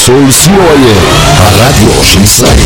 סול COIL, הרדיו של ישראל.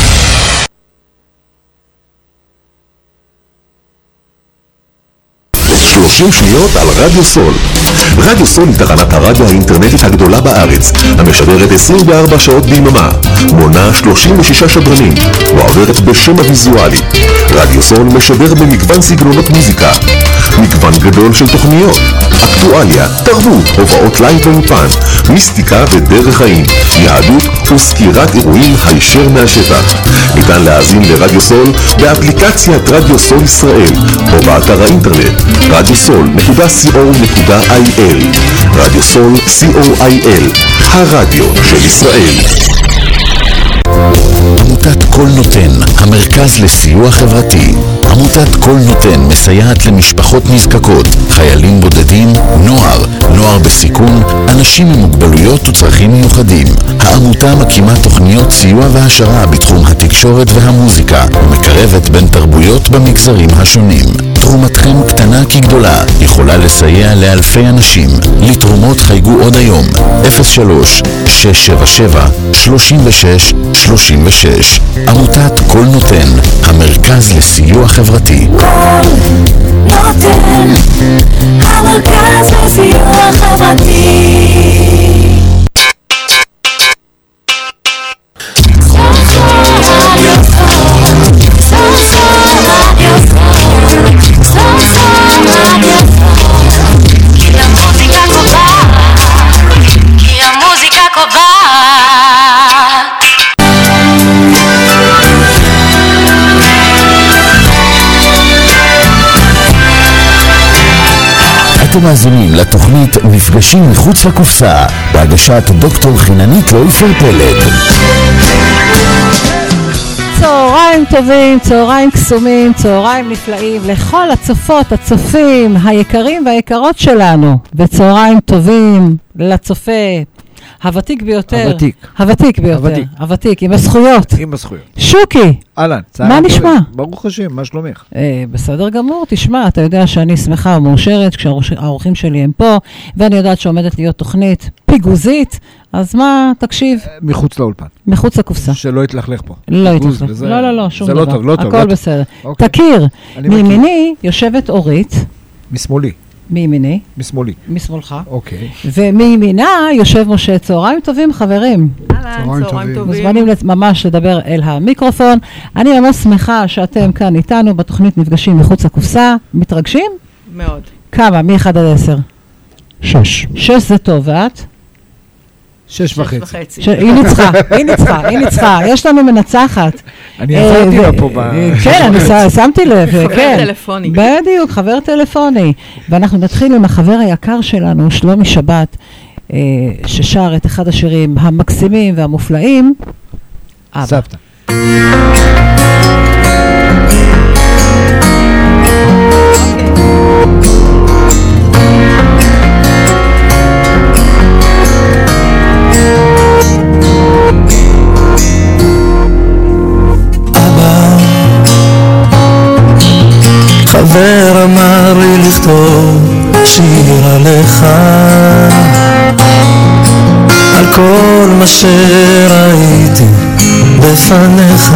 שלושים שניות על רדיו סול. רדיו סול היא תחנת הרדיו האינטרנטית הגדולה בארץ, המשדרת 24 שעות ביממה, מונה 36 שדרנים, ועוברת בשם הוויזואלי. רדיו סול משדר במגוון סגנונות מוזיקה, מגוון גדול של תוכניות, אקטואליה, תרבות, הופעות לייב ואופן, מיסטיקה ודרך חיים, יהדות וסקירת אירועים הישר מהשטח. ניתן להאזין לרדיו סול באפליקציית רדיו סול ישראל או באתר האינטרנט radiosol.co.il. רדיו סול COIL, הרדיו של ישראל. עמותת כל נותן, המרכז לסיוע חברתי. עמותת כל נותן מסייעת למשפחות נזקקות, חיילים בודדים, נוער בסיכון, אנשים עם מוגבלויות וצרכים מיוחדים. העמותה מקימה תוכניות סיוע והשרה בתחום התקשורת והמוזיקה, ומקרבת בין תרבויות במגזרים השונים. תרומתכם קטנה כגדולה, יכולה לסייע לאלפי אנשים. לתרומות חייגו עוד היום 03-677-36-36. עמותת כל נותן, המרכז לסיוע חברתי. נותן, המרכז לסיוע חברתי. אתם מאזינים לתוכנית מפגשים מחוץ לקופסה, בהגשת דוקטור חיננית לויפר פלד. צהריים טובים, צהריים קסומים, צהריים נפלאים לכל הצופות, הצופים היקרים והיקרות שלנו, וצהריים טובים לצופה הוותיק ביותר. הוותיק, עם הזכויות. שוקי, אהלן, מה נשמע? ברוך השם, מה שלומך? בסדר גמור, תשמע, אתה יודע שאני שמחה ומאושרת כשהאורחים שלי הם פה, ואני יודעת שעומדת להיות תוכנית פיגוזית, אז מה, תקשיב? מחוץ לאולפן. מחוץ לקופסה. שלא יתלכלך פה. לא יתלכלך. לא, שום דבר. זה לא טוב. הכל בסדר. תכיר, מימיני יושבת אורית. משמאלי. מימיני. משמאלי. משמאלך. אוקיי. ומימינה יושב משה. צהריים טובים, חברים. צהריים טובים. מוזמנים ממש לדבר אל המיקרופון. אני ממש שמחה שאתם כאן איתנו בתוכנית נפגשים מחוץ לקופסה. מתרגשים? מאוד. כמה? מ-1 עד 10? 6. 6 זה טוב, ואת? 6.5. היא ניצחה. יש לנו מנצחת. אני עברתי לה פה כן, אני שמתי לב. חבר טלפוני. בדיוק, חבר טלפוני. ואנחנו נתחיל עם החבר היקר שלנו, שלומי שבת, ששר את אחד השירים המקסימים והמופלאים, אבא. סבתא. חבר אמר לי לכתוב שיר עליך, על כל מה שראיתי בפניך,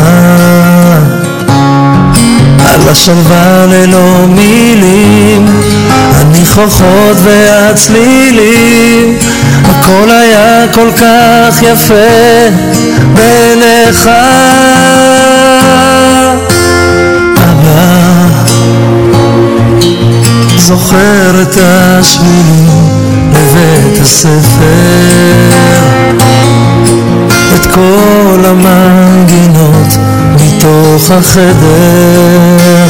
על השלווה ללא מילים, הניחוחות והצלילים, הכל היה כל כך יפה בעיניך. זוכר את השבילים לבית הספר, את כל המנגינות מתוך החדר,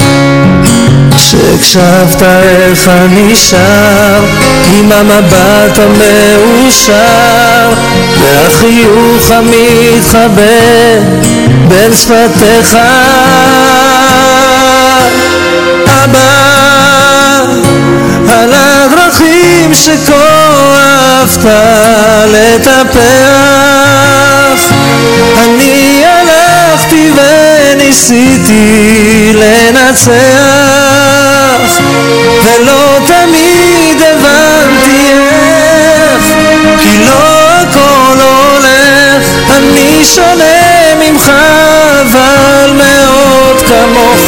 כשהקשבת איך אני שר עם המבט המאושר והחיוך המתחבא בין שפתיך. אבא, על הדרכים שכה אהבת לטפח, אני הלכתי וניסיתי לנצח, ולא תמיד הבנתי איך, כי לא הכל הולך אני שונה ממך אבל מאוד כמוך.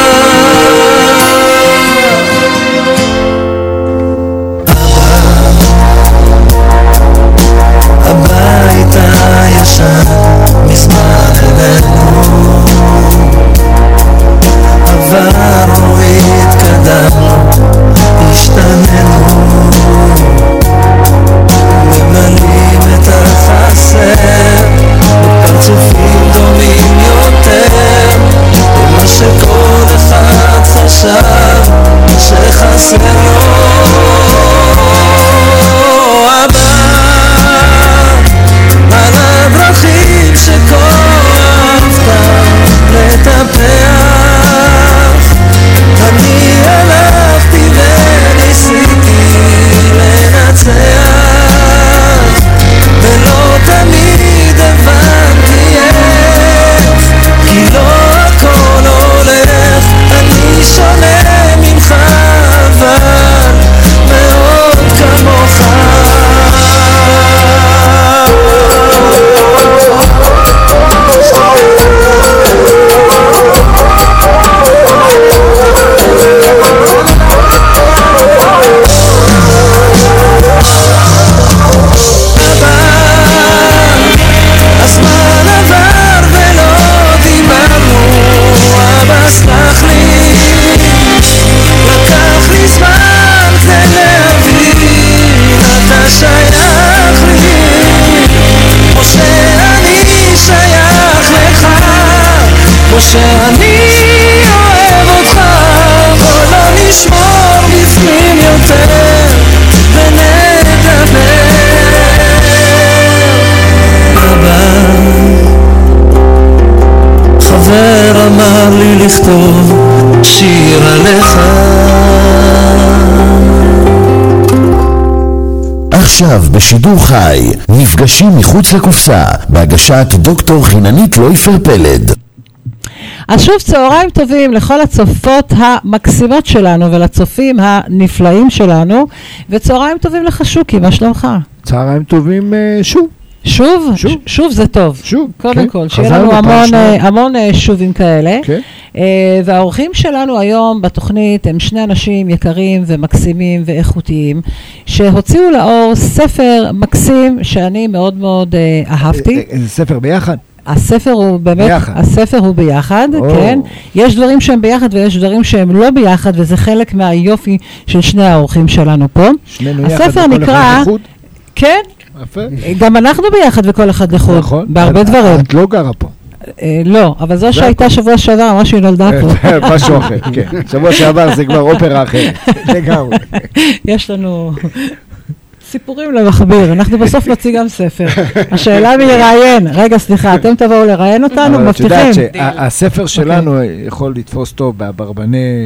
הבית הישן מזמן אלינו עברנו, התקדמנו, השתננו, ממלאים את החסר בפרצופים דומים יותר למה שכל אחד חשב שחסר לו. על הדרכים שכה אהבת לטפח, אני הלכתי וניסיתי לנצח, ולא תמיד הבנתי איך, כי לא הכל הולך. אני שונה ממך אבל מאוד כמוך. סלח לי, לקח לי זמן כדי להבין, אתה שייך לי, כמו שאני שייך לך, כמו שאני אוהב אותך. בוא לא נשמור בפנים יותר ונדבר. חבר אמר לי לכתוב שיר עליך. עכשיו בשידור חי, נפגשים מחוץ לקופסה, בהגשת דוקטור חיננית לויפר פלד. אז שוב צהריים טובים לכל הצופות המקסימות שלנו ולצופים הנפלאים שלנו, וצהריים טובים לך שוקי, מה שלומך? צהריים טובים שוב. שוב? שוב זה טוב. שוב, קודם כל, שיהיה לנו המון שובים כאלה. והאורחים שלנו היום בתוכנית הם שני אנשים יקרים ומקסימים ואיכותיים, שהוציאו לאור ספר מקסים שאני מאוד מאוד אהבתי. איזה ספר ביחד? הספר הוא באמת, הספר הוא ביחד, כן? יש דברים שהם ביחד ויש דברים שהם לא ביחד, וזה חלק מהיופי של שני האורחים שלנו פה. הספר נקרא, כן? גם אנחנו ביחד וכל אחד לחוד, נכון, בהרבה דברים. את לא גרה פה. לא, אבל זו שהייתה שבוע שעבר, ממש היא נולדה פה. משהו אחר, כן. שבוע שעבר זה כבר אופרה אחרת. לגמרי. יש לנו סיפורים למחביר, אנחנו בסוף נוציא גם ספר. השאלה מי לראיין, רגע סליחה, אתם תבואו לראיין אותנו, מבטיחים. את יודעת שהספר שלנו יכול לתפוס טוב באברבני,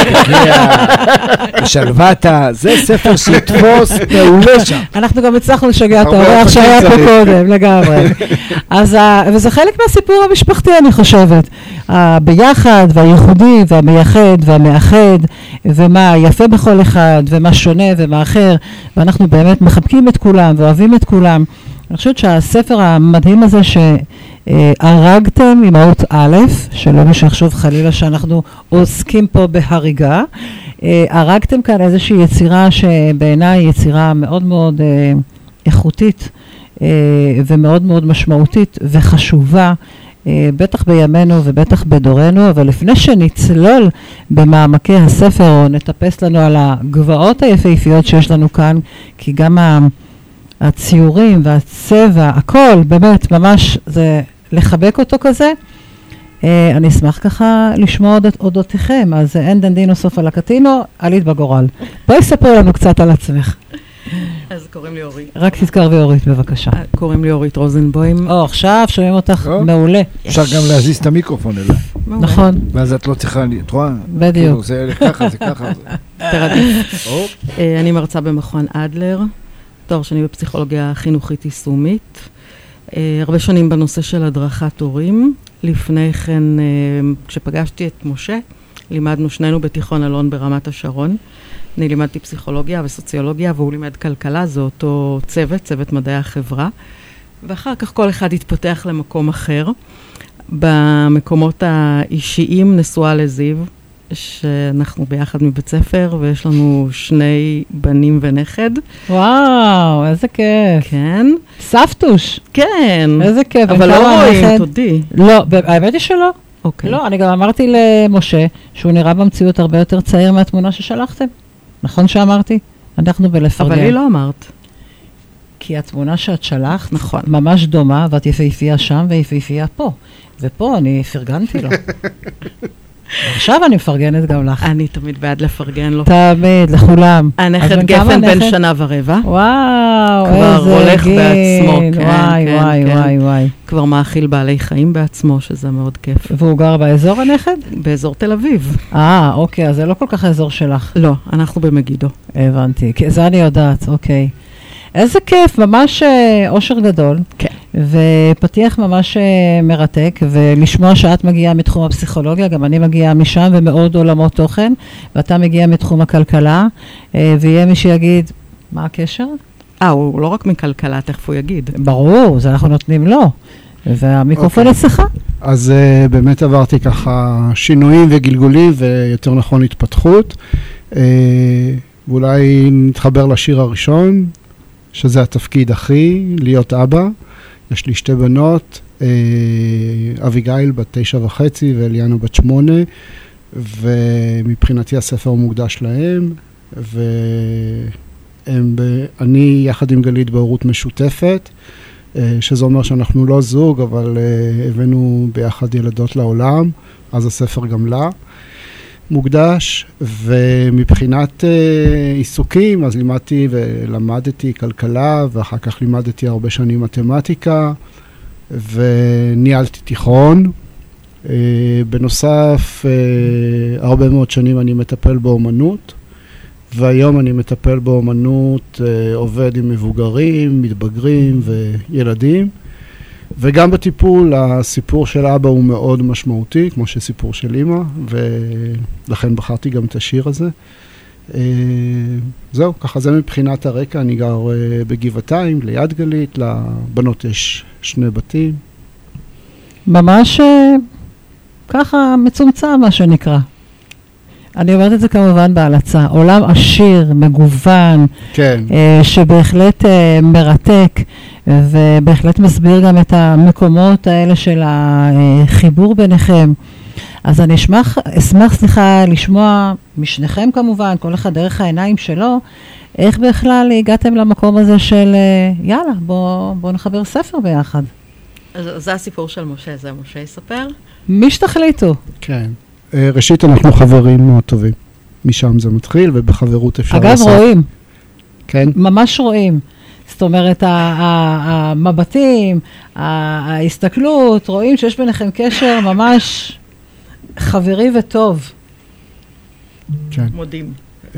בשלוותה, זה ספר שיתפוס מעולה שם. אנחנו גם הצלחנו לשגע את האורח שהיה פה קודם, לגמרי. וזה חלק מהסיפור המשפחתי אני חושבת. הביחד והייחודי והמייחד והמאחד, ומה יפה בכל אחד ומה שונה ומה אחר, ואנחנו באמת מחבקים את כולם ואוהבים את כולם. אני חושבת שהספר המדהים הזה שהרגתם עם האות א', שלא מי שיחשוב חלילה שאנחנו עוסקים פה בהריגה, הרגתם כאן איזושהי יצירה שבעיניי היא יצירה מאוד מאוד איכותית ומאוד מאוד משמעותית וחשובה, בטח בימינו ובטח בדורנו. אבל לפני שנצלול במעמקי הספר או נטפס לנו על הגבעות היפהפיות שיש לנו כאן, כי גם הציורים והצבע, הכל באמת ממש זה לחבק אותו כזה, אני אשמח ככה לשמוע אודותיכם. אז אין דנדינו סוף על הקטינו, עלית בגורל. בואי ספר לנו קצת על עצמך. אז קוראים לי אורית. רק תזכר ואורית בבקשה. קוראים לי אורית רוזנבוים. עכשיו שומעים אותך מעולה. אפשר גם להזיז את המיקרופון אליי. נכון. ואז את לא צריכה, את רואה? בדיוק. זה ככה, זה ככה. תרדיף. אני מרצה במכון אדלר, תואר שני בפסיכולוגיה חינוכית יישומית. הרבה שנים בנושא של הדרכת הורים. לפני כן, כשפגשתי את משה, לימדנו שנינו בתיכון אלון ברמת השרון. אני לימדתי פסיכולוגיה וסוציולוגיה, והוא לימד כלכלה, זה אותו צוות מדעי החברה. ואחר כך כל אחד התפתח למקום אחר. במקומות האישיים נשואה לזיו, שאנחנו ביחד מבית ספר, ויש לנו 2 בנים ונכד. וואו, איזה כיף. כן. סבתוש. כן. איזה כיף. אבל לא רואים, תודי. לא, האמת היא שלא. אוקיי. לא, אני גם אמרתי למשה, שהוא נראה במציאות הרבה יותר צעיר מהתמונה ששלחתם. נכון שאמרתי? אנחנו בלפרגן. אבל לי לא אמרת. כי התמונה שאת שלחת, נכון. ממש דומה, ואת יפהפייה שם ויפהפייה פה. ופה אני פרגנתי לו. עכשיו אני מפרגנת גם לך. אני תמיד בעד לפרגן לו. תמיד, לכולם. הנכד גפן בן 1.25 שנה. וואו, כבר הולך בעצמו, כן, וואי, כן, וואי, כן. וואי, וואי. כבר מאכיל בעלי חיים בעצמו, שזה מאוד כיף. והוא גר באזור הנכד? באזור תל אביב. אוקיי, אז זה לא כל כך האזור שלך. לא, אנחנו במגידו. הבנתי, זה אני יודעת, אוקיי. איזה כיף, ממש אושר גדול. כן. ופתיח ממש מרתק, ולשמוע שאת מגיעה מתחום הפסיכולוגיה, גם אני מגיעה משם, ומאוד עולמות תוכן, ואתה מגיע מתחום הכלכלה, ויהיה מי שיגיד, מה הקשר? הוא לא רק מכלכלה, תכף הוא יגיד. ברור, זה אנחנו נותנים לו, והמיקרופון אצלך. אז באמת עברתי ככה שינויים וגלגולים, ויותר נכון התפתחות, ואולי נתחבר לשיר הראשון, שזה התפקיד אחי, להיות אבא. יש לי 2 בנות, אביגיל בת 9.5 ואליאנה בת 8, ומבחינתי הספר מוקדש להם, ואני יחד עם גלית בהורות משותפת, שזה אומר שאנחנו לא זוג, אבל הבאנו ביחד ילדות לעולם, אז הספר גם לה. מוקדש, ומבחינת עיסוקים, אז לימדתי ולמדתי כלכלה, ואחר כך לימדתי הרבה שנים מתמטיקה, וניהלתי תיכון. בנוסף, הרבה מאוד שנים אני מטפל באומנות, והיום אני מטפל באומנות, עובד עם מבוגרים, מתבגרים וילדים. וגם בטיפול, הסיפור של אבא הוא מאוד משמעותי, כמו שסיפור של אמא, ולכן בחרתי גם את השיר הזה. זהו, ככה זה מבחינת הרקע, אני גר בגבעתיים, ליד גלית, לבנות יש 2 בתים. ממש ככה מצומצם, מה שנקרא. אני אומרת את זה כמובן בהלצה. עולם עשיר, מגוון, כן. שבהחלט מרתק, ובהחלט מסביר גם את המקומות האלה של החיבור ביניכם. אז אני אשמח לשמוע משניכם כמובן, כל אחד דרך העיניים שלו, איך בכלל הגעתם למקום הזה של יאללה, בוא נחבר ספר ביחד. אז זה הסיפור של משה, זה משה יספר? מי שתחליטו. כן. ראשית, אנחנו חברים מאוד טובים. משם זה מתחיל, ובחברות אפשר לעשות. אגב, רואים. כן. ממש רואים. זאת אומרת, המבטים, ההסתכלות, רואים שיש ביניכם קשר ממש חברי וטוב. כן. מודים.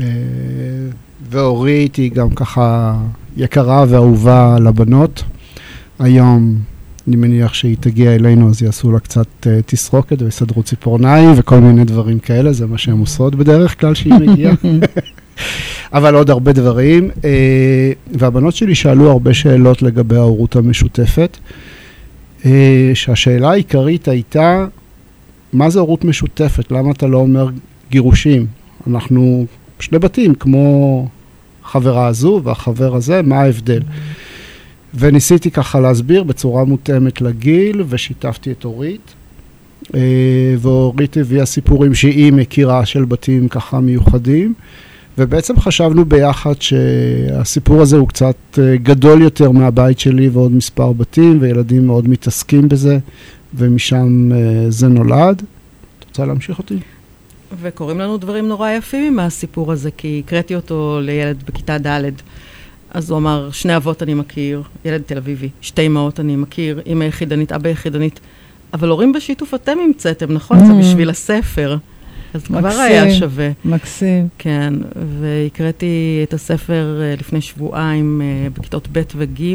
ואורית היא גם ככה יקרה ואהובה לבנות. היום אני מניח שהיא תגיע אלינו, אז יעשו לה קצת תסרוקת ויסדרו ציפורניים וכל מיני דברים כאלה, זה מה שהן עושות בדרך כלל שהיא מגיעה. אבל עוד הרבה דברים. והבנות שלי שאלו הרבה שאלות לגבי ההורות המשותפת, שהשאלה העיקרית הייתה, מה זה הורות משותפת? למה אתה לא אומר גירושים? אנחנו 2 בתים, כמו חברה הזו והחבר הזה, מה ההבדל? וניסיתי ככה להסביר בצורה מותאמת לגיל, ושיתפתי את אורית. ואורית הביאה סיפורים שהיא מכירה של בתים ככה מיוחדים, ובעצם חשבנו ביחד שהסיפור הזה הוא קצת גדול יותר מהבית שלי ועוד מספר בתים, וילדים מאוד מתעסקים בזה, ומשם זה נולד. את רוצה להמשיך אותי? וקוראים לנו דברים נורא יפים מהסיפור הזה, כי הקראתי אותו לילד בכיתה ד'. אז הוא אמר, 2 אבות אני מכיר, ילד תל אביבי, 2 אמהות אני מכיר, אמא יחידנית, אבא יחידנית, אבל הורים בשיתוף אתם המצאתם, נכון? זה בשביל הספר. אז כבר היה שווה. מקסים. כן, והקראתי את הספר לפני שבועיים בכיתות ב' וג'.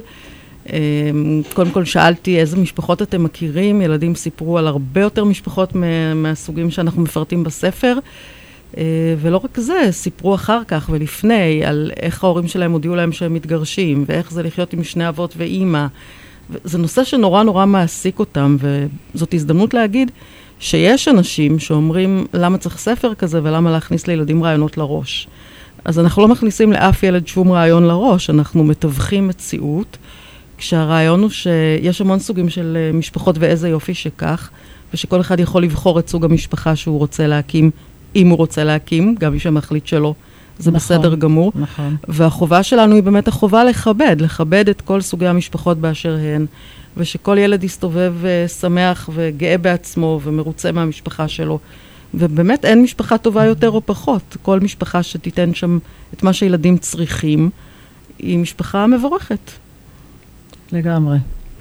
קודם כל שאלתי איזה משפחות אתם מכירים, ילדים סיפרו על הרבה יותר משפחות מהסוגים שאנחנו מפרטים בספר, ולא רק זה, סיפרו אחר כך ולפני על איך ההורים שלהם הודיעו להם שהם מתגרשים, ואיך זה לחיות עם 2 אבות ואימא, זה נושא שנורא נורא מעסיק אותם, וזאת הזדמנות להגיד שיש אנשים שאומרים למה צריך ספר כזה ולמה להכניס לילדים רעיונות לראש. אז אנחנו לא מכניסים לאף ילד שום רעיון לראש, אנחנו מתווכים מציאות, כשהרעיון הוא שיש המון סוגים של משפחות ואיזה יופי שכך, ושכל אחד יכול לבחור את סוג המשפחה שהוא רוצה להקים, אם הוא רוצה להקים, גם מי שמחליט שלו, זה נכון, בסדר גמור. נכון. והחובה שלנו היא באמת החובה לכבד את כל סוגי המשפחות באשר הן, ושכל ילד יסתובב שמח וגאה בעצמו ומרוצה מהמשפחה שלו. ובאמת אין משפחה טובה יותר או פחות. כל משפחה שתיתן שם את מה שילדים צריכים, היא משפחה מבורכת. לגמרי.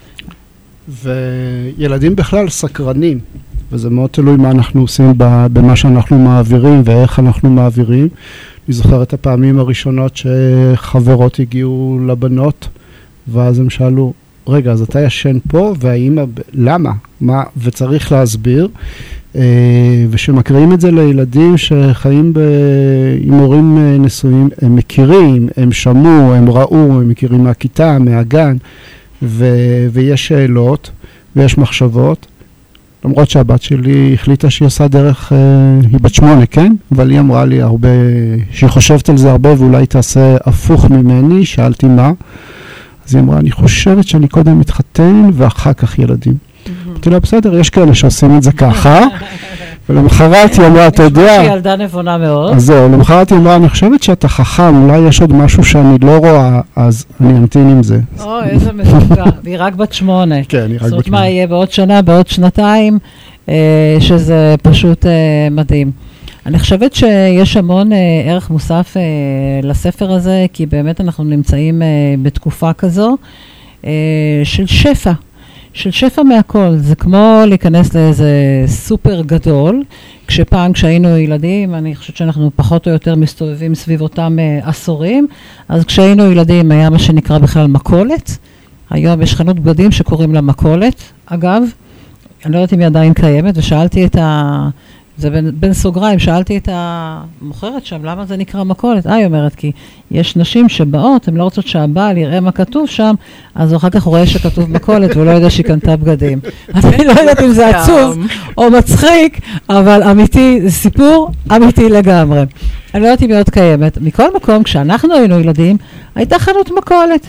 וילדים בכלל סקרנים, וזה מאוד תלוי מה אנחנו עושים במה שאנחנו מעבירים ואיך אנחנו מעבירים. אני זוכר את הפעמים הראשונות שחברות הגיעו לבנות, ואז הם שאלו, רגע, אז אתה ישן פה, והאמא, למה? מה? וצריך להסביר. ושמקריאים את זה לילדים שחיים עם הורים נשואים, הם מכירים, הם שמעו, הם ראו, הם מכירים מהכיתה, מהגן, ויש שאלות, ויש מחשבות. למרות שהבת שלי החליטה שהיא עושה דרך, היא בת 8, כן? אבל היא אמרה לי הרבה, שהיא חושבת על זה הרבה, ואולי תעשה הפוך ממני, שאלתי מה. אז היא אמרה, אני חושבת שאני קודם מתחתן, ואחר כך ילדים. אמרתי לה, בסדר, יש כאלה שעושים את זה ככה, ולמחרת היא אמרה, אתה יודע... שהיא ילדה נבונה מאוד. אז זהו, למחרת היא אמרה, אני חושבת שאתה חכם, אולי יש עוד משהו שאני לא רואה, אז אני אמתין עם זה. איזה מתוקה, והיא רק בת 8. כן, היא רק בת 8. זאת מה יהיה בעוד שנה, בעוד שנתיים, שזה פשוט מדהים. אני חושבת שיש המון ערך מוסף לספר הזה, כי באמת אנחנו נמצאים בתקופה כזו של שפע. של שפע מהכל. זה כמו להיכנס לאיזה סופר גדול, כשהיינו ילדים, אני חושבת שאנחנו פחות או יותר מסתובבים סביב אותם עשורים, אז כשהיינו ילדים היה מה שנקרא בכלל מכולת. היום יש חנות בגדים שקוראים לה מכולת. אגב, אני לא יודעת אם היא עדיין קיימת, ושאלתי את זה בין סוגריים, שאלתי את המוכרת שם, למה זה נקרא מכולת? היא אומרת, כי יש נשים שבאות, הן לא רוצות שהבעל יראה מה כתוב שם, אז הוא אחר כך רואה שכתוב מכולת, והוא לא יודע שהיא קנתה בגדים. אז אני לא יודעת אם זה עצוב או מצחיק, אבל אמיתי, זה סיפור אמיתי לגמרי. אני לא יודעת אם היא עוד קיימת. מכל מקום, כשאנחנו היינו ילדים, הייתה חנות מכולת.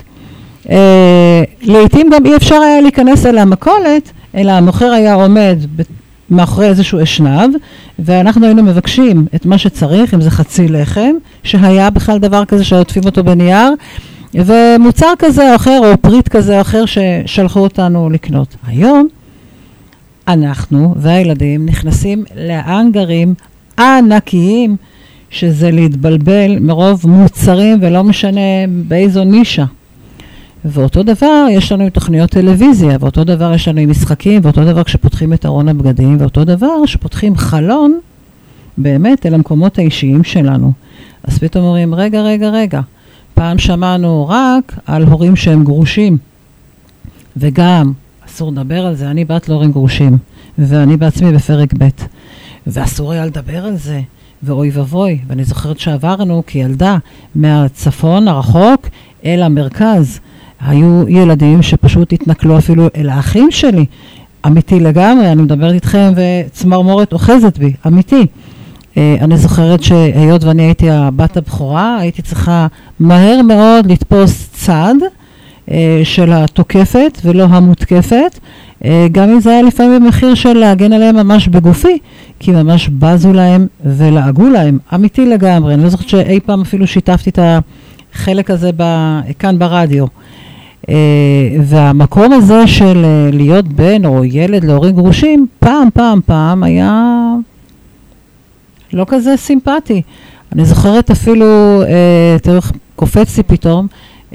לעתים גם אי אפשר היה להיכנס אל המכולת, אלא המוכר היה עומד מאחורי איזשהו אשנב, ואנחנו היינו מבקשים את מה שצריך, אם זה חצי לחם, שהיה בכלל דבר כזה שעוטפים אותו בנייר, ומוצר כזה או אחר, או פריט כזה או אחר ששלחו אותנו לקנות. היום אנחנו והילדים נכנסים לאנגרים ענקיים, שזה להתבלבל מרוב מוצרים, ולא משנה באיזו נישה. ואותו דבר יש לנו עם תוכניות טלוויזיה, ואותו דבר יש לנו עם משחקים, ואותו דבר כשפותחים את ארון הבגדים, ואותו דבר שפותחים חלון באמת אל המקומות האישיים שלנו. אז פתאום אומרים, רגע, פעם שמענו רק על הורים שהם גרושים, וגם, אסור לדבר על זה, אני בת להורים גרושים, ואני בעצמי בפרק ב', ואסור היה לדבר על זה, ואוי ובוי, ואני זוכרת שעברנו כילדה מהצפון הרחוק אל המרכז, היו ילדים שפשוט התנכלו אפילו אל האחים שלי. אמיתי לגמרי, אני מדברת איתכם וצמרמורת אוחזת בי, אמיתי. אני זוכרת שהיות ואני הייתי הבת הבכורה, הייתי צריכה מהר מאוד לתפוס צד של התוקפת ולא המותקפת, גם אם זה היה לפעמים במחיר של להגן עליהם ממש בגופי, כי ממש בזו להם ולעגו להם, אמיתי לגמרי. אני לא זוכרת שאי פעם אפילו שיתפתי את החלק הזה כאן ברדיו. והמקום הזה של להיות בן או ילד להורים גרושים, פעם היה לא כזה סימפטי. אני זוכרת אפילו, קופצתי פתאום,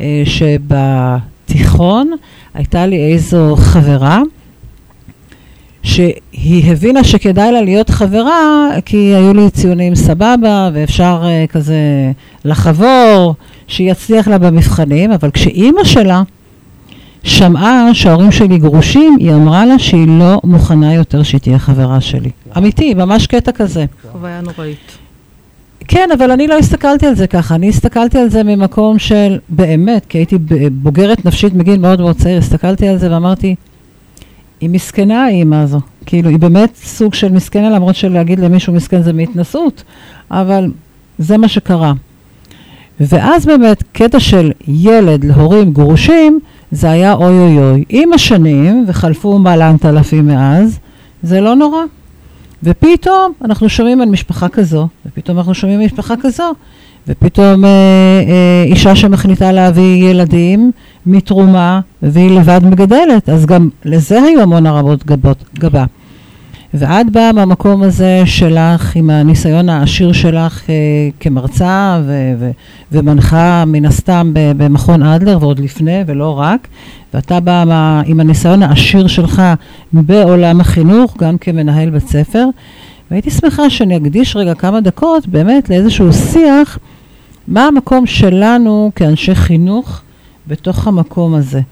שבתיכון הייתה לי איזו חברה, שהיא הבינה שכדאי לה להיות חברה, כי היו לי ציונים סבבה, ואפשר כזה לחבור, שיצליח לה במבחנים, אבל כשאימא שלה שמעה שההורים שלי גרושים, היא אמרה לה שהיא לא מוכנה יותר שהיא תהיה חברה שלי. אמיתי, ממש קטע כזה. חוויה נוראית. כן, אבל אני לא הסתכלתי על זה ככה, אני הסתכלתי על זה ממקום של באמת, כי הייתי בוגרת נפשית מגיל מאוד מאוד צעיר, הסתכלתי על זה ואמרתי, היא מסכנה האמא הזו, כאילו היא באמת סוג של מסכנה, למרות שלהגיד למישהו מסכן זה מהתנסות, אבל זה מה שקרה. ואז באמת קטע של ילד להורים גרושים, זה היה אוי אוי אוי. עם השנים, וחלפו מעלת אלפים מאז, זה לא נורא. ופתאום אנחנו שומעים על משפחה כזו, ופתאום אנחנו שומעים על משפחה כזו, ופתאום אישה שמחליטה להביא ילדים מתרומה, והיא לבד מגדלת, אז גם לזה היו המון הרבות גבה. ואת באה מהמקום הזה שלך, עם הניסיון העשיר שלך כמרצה ומנחה מן הסתם במכון אדלר, ועוד לפני ולא רק, ואתה באה עם הניסיון העשיר שלך בעולם החינוך, גם כמנהל בית ספר, והייתי שמחה שאני אקדיש רגע כמה דקות באמת לאיזשהו שיח, מה המקום שלנו כאנשי חינוך בתוך המקום הזה.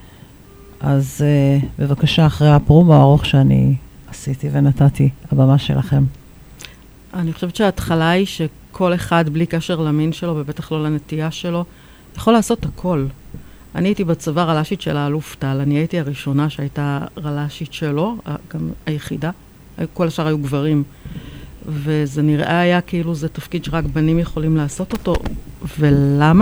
אז בבקשה, אחרי הפרומו הארוך שאני עשיתי ונתתי, הבמה שלכם. אני חושבת שההתחלה היא שכל אחד בלי קשר למין שלו, ובטח לא לנטייה שלו, יכול לעשות הכל. אני הייתי בצבא רלשית של האלוף טל, אני הייתי הראשונה שהייתה רלשית שלו, גם היחידה, כל השאר היו גברים. וזה נראה היה כאילו זה תפקיד שרק בנים יכולים לעשות אותו, ולמה?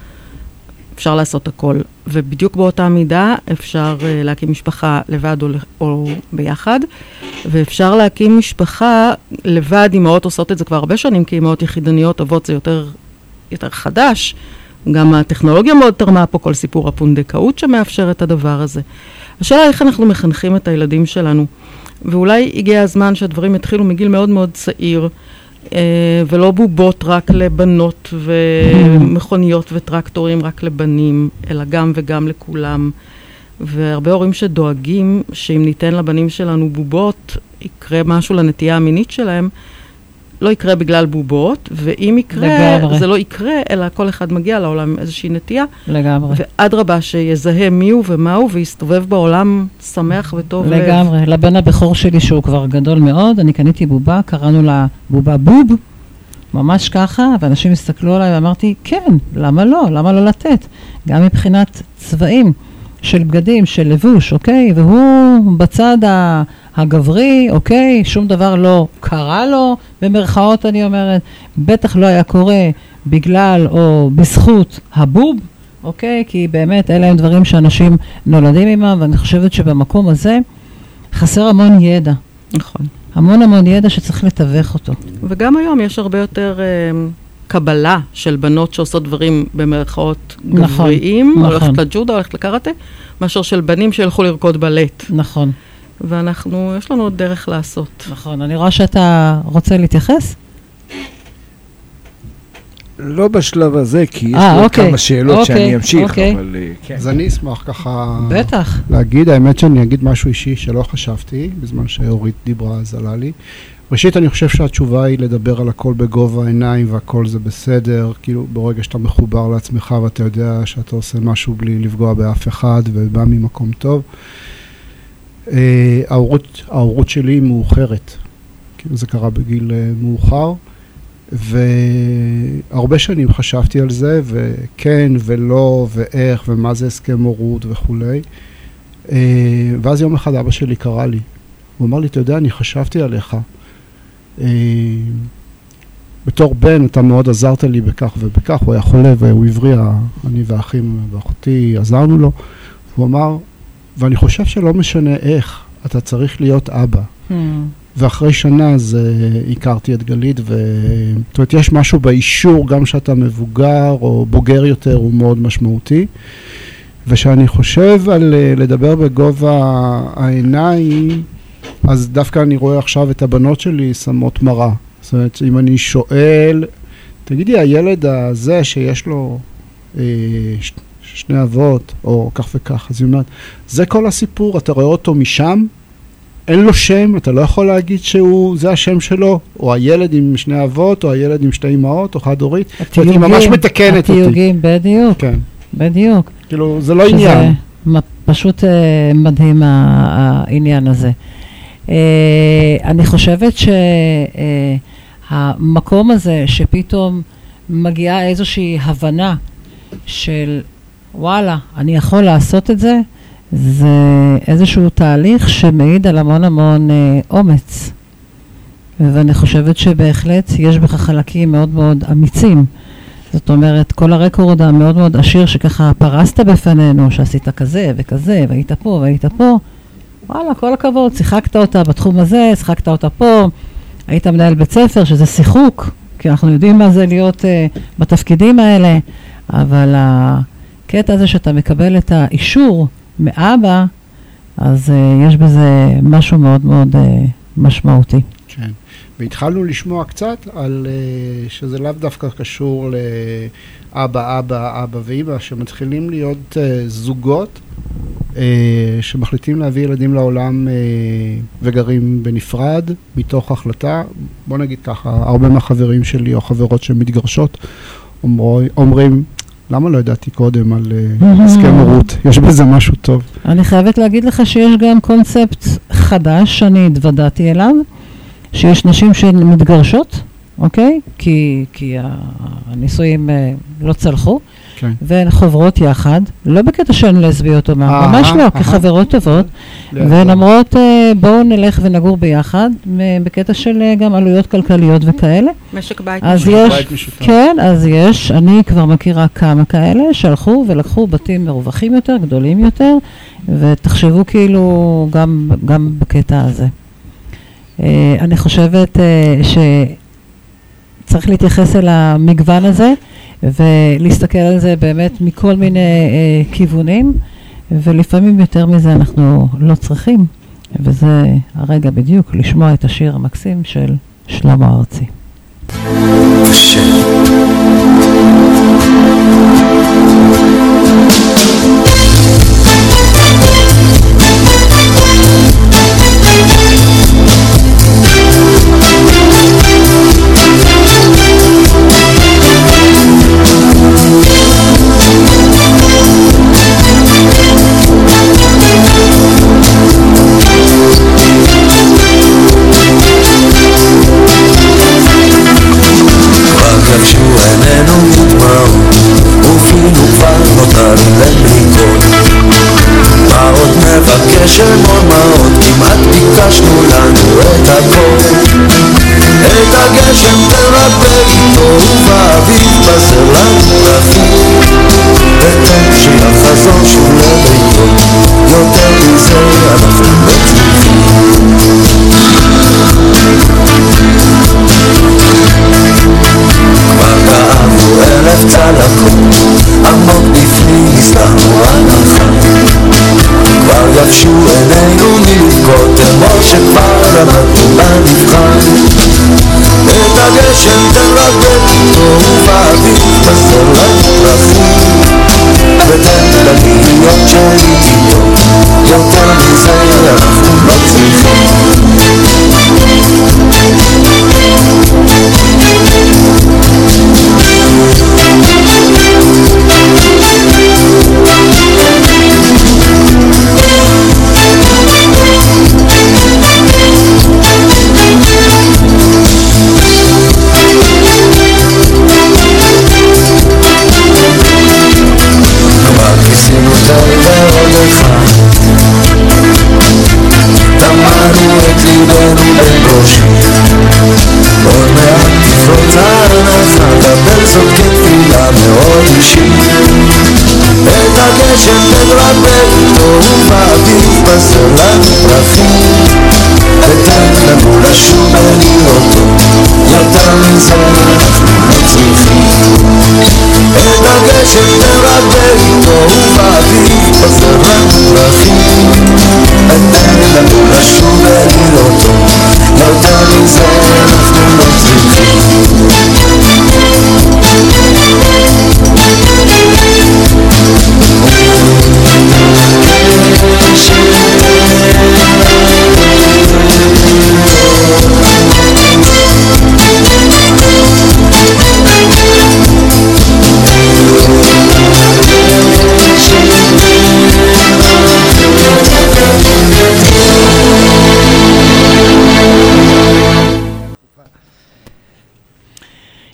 אפשר לעשות הכל. ובדיוק באותה מידה אפשר להקים משפחה לבד או ביחד, ואפשר להקים משפחה לבד, אמהות עושות את זה כבר הרבה שנים, כי אמהות יחידניות, אבות זה יותר חדש. גם הטכנולוגיה מאוד תרמה פה, כל סיפור הפונדקאות שמאפשר את הדבר הזה. השאלה איך אנחנו מחנכים את הילדים שלנו, ואולי הגיע הזמן שהדברים יתחילו מגיל מאוד מאוד צעיר, ולא בובות רק לבנות ומכוניות וטרקטורים רק לבנים, אלא גם וגם לכולם. והרבה הורים שדואגים שאם ניתן לבנים שלנו בובות, יקרה משהו לנטייה המינית שלהם, לא יקרה בגלל בובות, ואם יקרה, לגמרי. זה לא יקרה, אלא כל אחד מגיע לעולם עם איזושהי נטייה. לגמרי. ועד רבה שיזהה מיהו ומהו, ויסתובב בעולם שמח וטוב. לגמרי. לבן הבכור שלי שהוא כבר גדול מאוד, אני קניתי בובה, קראנו לה בובה בוב, ממש ככה, ואנשים הסתכלו עליי ואמרתי, כן, למה לא? למה לא לתת? גם מבחינת צבעים של בגדים, של לבוש, אוקיי? והוא בצד הגברי, אוקיי? שום דבר לא קרה לו, במרכאות אני אומרת, בטח לא היה קורה בגלל או בזכות הבוב, אוקיי? כי באמת אלה הם דברים שאנשים נולדים עימם, ואני חושבת שבמקום הזה חסר המון ידע. נכון. המון ידע שצריך לתווך אותו. וגם היום יש הרבה יותר קבלה של בנות שעושות דברים במרכאות גבריים, נכון. הולכת לג'ודה, הולכת לקראטה, מאשר של בנים שילכו לרקוד בלט. נכון. ואנחנו, יש לנו עוד דרך לעשות. נכון, אני רואה שאתה רוצה להתייחס? לא בשלב הזה, כי יש לי כמה שאלות שאני אמשיך, אבל כן. אז אני אשמח ככה בטח. להגיד, האמת שאני אגיד משהו אישי שלא חשבתי, בזמן שאורית דיברה אז עלה לי. ראשית, אני חושב שהתשובה היא לדבר על הכל בגובה העיניים, והכל זה בסדר, כאילו ברגע שאתה מחובר לעצמך, ואתה יודע שאתה עושה משהו בלי לפגוע באף אחד, ובא ממקום טוב. ההורות שלי היא מאוחרת, כאילו זה קרה בגיל מאוחר, והרבה שנים חשבתי על זה, וכן ולא, ואיך, ומה זה הסכם הורות וכולי. ואז יום אחד אבא שלי קרא לי, הוא אמר לי, אתה יודע, אני חשבתי עליך. בתור בן, אתה מאוד עזרת לי בכך ובכך, הוא היה חולה והוא הבריע, אני והאחים ואחותי עזרנו לו. הוא אמר, ואני חושב שלא משנה איך, אתה צריך להיות אבא. ואחרי שנה אז הכרתי את גלית, זאת אומרת, יש משהו באישור, גם שאתה מבוגר או בוגר יותר, הוא מאוד משמעותי. ושאני חושב על לדבר בגובה העיניים, אז דווקא אני רואה עכשיו את הבנות שלי שמות מראה. זאת אומרת, אם אני שואל, תגידי, הילד הזה שיש לו שני אבות, או כך וכך, אז היא אומרת, זה כל הסיפור, אתה רואה אותו משם, אין לו שם, אתה לא יכול להגיד שזה השם שלו, או הילד עם שני אבות, או הילד עם שתי אמהות, או חד הורית. היא ממש מתקנת אותי. התיוגים, בדיוק. כן. בדיוק. כאילו, זה לא עניין. פשוט מדהים העניין הזה. אני חושבת המקום הזה שפתאום מגיעה איזושהי הבנה של וואלה, אני יכול לעשות את זה, זה איזשהו תהליך שמעיד על המון המון אומץ. ואני חושבת שבהחלט יש בך חלקים מאוד מאוד אמיצים. זאת אומרת, כל הרקורד המאוד מאוד עשיר שככה פרסת בפנינו, שעשית כזה וכזה, והיית פה והיית פה, וואלה, כל הכבוד, שיחקת אותה בתחום הזה, שיחקת אותה פה, היית מנהל בית ספר, שזה שיחוק, כי אנחנו יודעים מה זה להיות בתפקידים האלה, אבל הקטע הזה שאתה מקבל את האישור מאבא, אז יש בזה משהו מאוד מאוד משמעותי. כן. והתחלנו לשמוע קצת על שזה לאו דווקא קשור לאבא, אבא ואמא, שמתחילים להיות זוגות שמחליטים להביא ילדים לעולם וגרים בנפרד, מתוך החלטה. בוא נגיד ככה, הרבה מהחברים שלי או חברות שמתגרשות אומרים, למה לא ידעתי קודם על הסכם הורות? יש בזה משהו טוב. אני חייבת להגיד לך שיש גם קונספט חדש שאני התוודעתי אליו, שיש נשים שמתגרשות, אוקיי? כי הנישואים לא צלחו, כן. והן חוברות יחד, לא בקטע שהן לסביות או מה, ממש לא, כחברות טובות, והן אומרות, בואו נלך ונגור ביחד, בקטע של גם עלויות כלכליות וכאלה. משק בית משותף. כן, אז יש, אני כבר מכירה כמה כאלה, שהלכו ולקחו בתים מרווחים יותר, גדולים יותר, ותחשבו כאילו גם בקטע הזה. אני חושבת שצריך להתייחס אל המגוון הזה, ולהסתכל על זה באמת מכל מיני כיוונים, ולפעמים יותר מזה אנחנו לא צריכים, וזה הרגע בדיוק לשמוע את השיר המקסים של שלמה ארצי.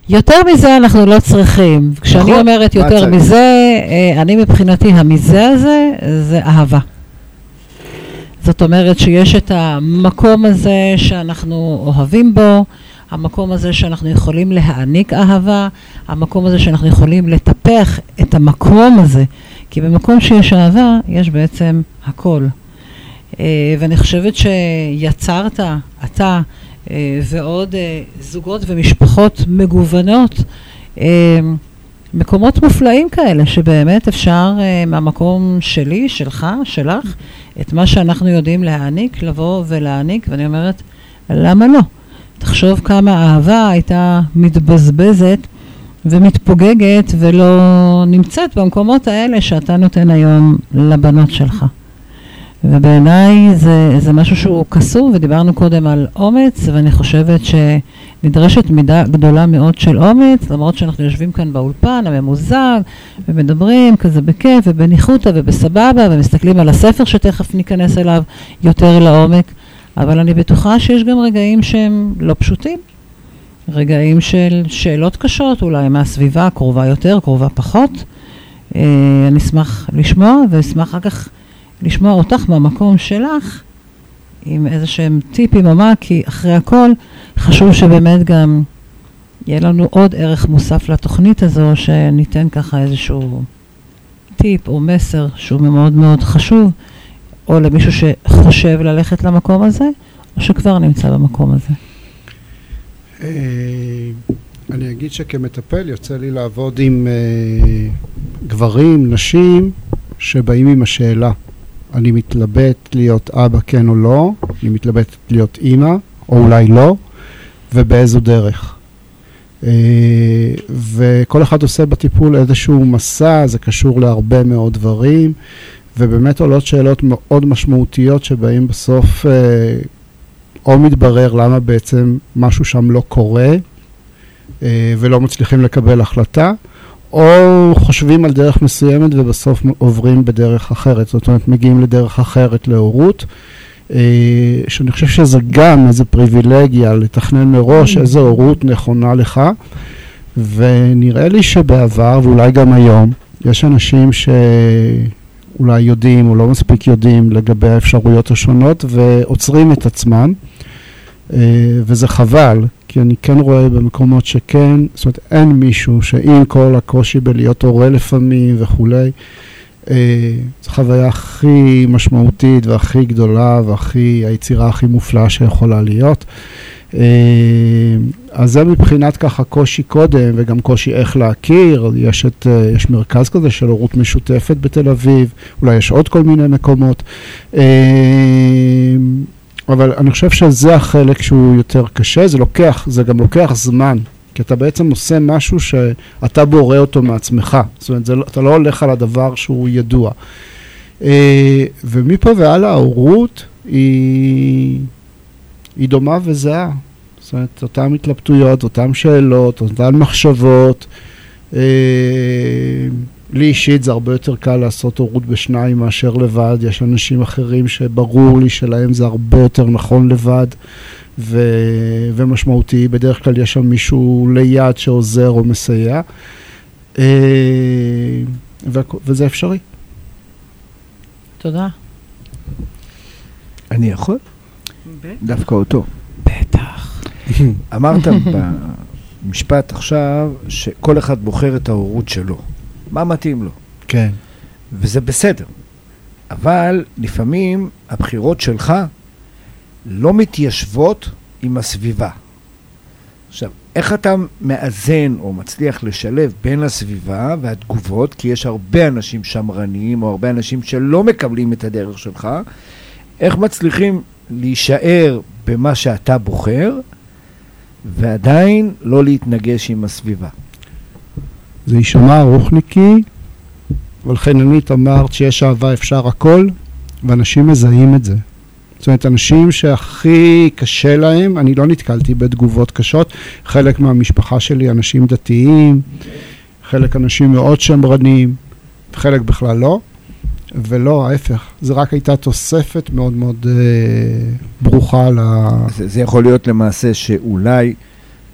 יותר מזה אנחנו לא צריכים. כשאני אומרת יותר מזה, אני מבחינתי המזה הזה, זה אהבה. זאת אומרת שיש את המקום הזה שאנחנו אוהבים בו, המקום הזה שאנחנו יכולים להעניק אהבה, המקום הזה שאנחנו יכולים לטפח את המקום הזה, כי במקום שיש אהבה יש בעצם הכל. ואני חושבת שיצרת, אתה ועוד זוגות ומשפחות מגוונות, מקומות מופלאים כאלה, שבאמת אפשר מהמקום שלי, שלך, שלך, את מה שאנחנו יודעים להעניק, לבוא ולהעניק, ואני אומרת, למה לא? תחשוב כמה אהבה הייתה מתבזבזת ומתפוגגת ולא נמצאת במקומות האלה שאתה נותן היום לבנות שלך. ובעיניי זה משהו שהוא קסום, ודיברנו קודם על אומץ, ואני חושבת שנדרשת מידה גדולה מאוד של אומץ, למרות שאנחנו יושבים כאן באולפן הממוזג, ומדברים כזה בכיף ובניחותא ובסבבה, ומסתכלים על הספר שתכף ניכנס אליו יותר לעומק, אבל אני בטוחה שיש גם רגעים שהם לא פשוטים, רגעים של שאלות קשות, אולי מהסביבה, קרובה יותר, קרובה פחות. אני אשמח לשמוע, ואשמח אחר כך לשמוע אותך מהמקום שלך, עם איזה שהם טיפים או מה, כי אחרי הכל חשוב שבאמת גם יהיה לנו עוד ערך מוסף לתוכנית הזו, שניתן ככה איזשהו טיפ או מסר שהוא מאוד מאוד חשוב, או למישהו שחושב ללכת למקום הזה, או שכבר נמצא במקום הזה. אני אגיד שכמטפל יוצא לי לעבוד עם גברים, נשים, שבאים עם השאלה. אני מתלבט להיות אבא כן או לא, אני מתלבט להיות אמא, או אולי לא, ובאיזו דרך. וכל אחד עושה בטיפול איזשהו מסע, זה קשור להרבה מאוד דברים, ובאמת עולות שאלות מאוד משמעותיות שבאים בסוף, או מתברר למה בעצם משהו שם לא קורה, ולא מצליחים לקבל החלטה, או חושבים על דרך מסוימת ובסוף עוברים בדרך אחרת. זאת אומרת, מגיעים לדרך אחרת להורות, שאני חושב שזה גם איזו פריבילגיה לתכנן מראש איזו הורות נכונה לך, ונראה לי שבעבר, ואולי גם היום, יש אנשים שאולי יודעים או לא מספיק יודעים לגבי האפשרויות השונות, ועוצרים את עצמם, וזה חבל, כי אני כן רואה במקומות שכן, זאת אומרת, אין מישהו שעם כל הקושי בלהיות הורה לפעמים וכולי, זו חוויה הכי משמעותית והכי גדולה היצירה הכי מופלאה שיכולה להיות. אז זה מבחינת ככה קושי קודם, וגם קושי איך להכיר. יש מרכז כזה של הורות משותפת בתל אביב, אולי יש עוד כל מיני מקומות. אבל אני חושב שזה החלק שהוא יותר קשה, זה גם לוקח זמן, כי אתה בעצם עושה משהו שאתה בורא אותו מעצמך, זאת אומרת, אתה לא הולך על הדבר שהוא ידוע. ומפה ועלה ההורות היא דומה וזהה, זאת אומרת, אותן התלבטויות, אותן שאלות, אותן מחשבות. לי אישית זה הרבה יותר קל לעשות הורות בשניים מאשר לבד, יש אנשים אחרים שברור לי שלהם זה הרבה יותר נכון לבד ומשמעותי, בדרך כלל יש שם מישהו ליד שעוזר או מסייע, וזה אפשרי. תודה. אני יכול? דווקא אותו. בטח. אמרת במשפט עכשיו שכל אחד בוחר את ההורות שלו. מה מתאים לו? כן. וזה בסדר. אבל לפעמים הבחירות שלך לא מתיישבות עם הסביבה. עכשיו, איך אתה מאזן או מצליח לשלב בין הסביבה והתגובות, כי יש הרבה אנשים שמרניים או הרבה אנשים שלא מקבלים את הדרך שלך, איך מצליחים להישאר במה שאתה בוחר ועדיין לא להתנגש עם הסביבה? זה יישמע רוחניקי, אבל חננית אמרת שיש אהבה אפשר הכל, ואנשים מזהים את זה. זאת אומרת, אנשים שהכי קשה להם, אני לא נתקלתי בתגובות קשות, חלק מהמשפחה שלי אנשים דתיים, חלק אנשים מאוד שמרנים, חלק בכלל לא, ולא, ההפך. זה רק הייתה תוספת מאוד מאוד ברוכה זה יכול להיות למעשה שאולי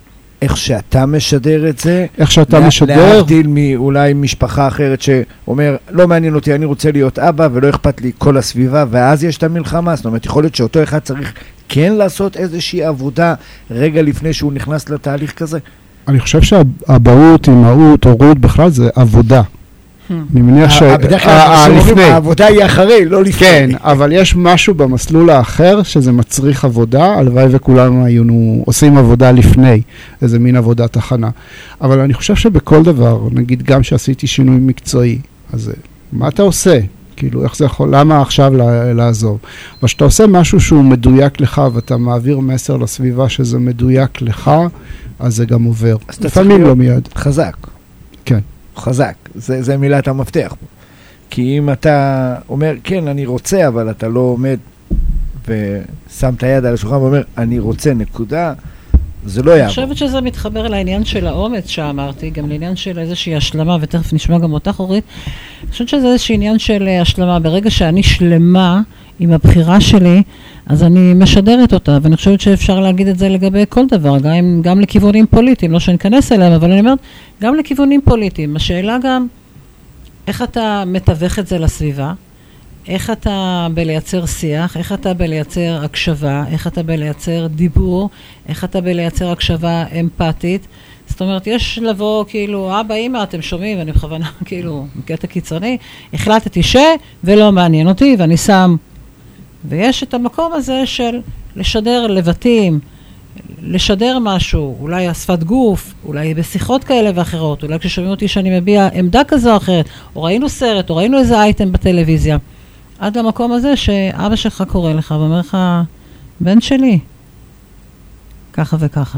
איך שאתה משדר את זה, איך שאתה משדר, להבדיל מאולי משפחה אחרת שאומר, לא מעניין אותי, אני רוצה להיות אבא ולא אכפת לי כל הסביבה, ואז יש את המלחמה. זאת אומרת, יכול להיות שאותו אחד צריך כן לעשות איזושהי עבודה רגע לפני שהוא נכנס לתהליך כזה. אני חושב שהאבהות, אמהות, הורות בכלל זה עבודה. אני מניח העבודה היא אחרי, לא לפני. כן, אבל יש משהו במסלול האחר שזה מצריך עבודה, הלוואי וכולנו היינו עושים עבודה לפני, איזה מין עבודת הכנה. אבל אני חושב שבכל דבר, נגיד גם שעשיתי שינוי מקצועי, אז מה אתה עושה? כאילו, איך זה יכול, למה עכשיו לעזוב? אבל שאתה עושה משהו שהוא מדויק לך, ואתה מעביר מסר לסביבה שזה מדויק לך, אז זה גם עובר. לפעמים לא מיד. חזק. כן. חזק. זה מילת המפתח פה. כי אם אתה אומר, כן, אני רוצה, אבל אתה לא עומד ושם את היד על השולחן ואומר, אני רוצה, נקודה, זה לא יעבור. אני חושבת שזה מתחבר לעניין של האומץ שאמרתי, גם לעניין של איזושהי השלמה, ותכף נשמע גם אותך אורית. אני חושבת שזה איזושהי עניין של השלמה. ברגע שאני שלמה עם הבחירה שלי, אז אני משדרת אותה, ואני חושבת שאפשר להגיד את זה לגבי כל דבר, גם לכיוונים פוליטיים, לא שניכנס אליהם, אבל אני אומרת, גם לכיוונים פוליטיים. השאלה גם, איך אתה מתווך את זה לסביבה, איך אתה בלייצר שיח, איך אתה בלייצר הקשבה, איך אתה בלייצר דיבור, איך אתה בלייצר הקשבה אמפתית. זאת אומרת, יש לבוא כאילו, אבא, אמא, אתם שומעים, ואני בכוונה כאילו, בקטע קיצוני, החלטתי ולא מעניין אותי, ואני שם, ויש את המקום הזה של לשדר לבתים, לשדר משהו, אולי השפת גוף, אולי בשיחות כאלה ואחרות, אולי כששומעים אותי שאני מביע עמדה כזו או אחרת, או ראינו סרט, או ראינו איזה אייטם בטלוויזיה, עד למקום הזה שאבא שלך קורא לך ואומר לך, בן שלי, ככה וככה.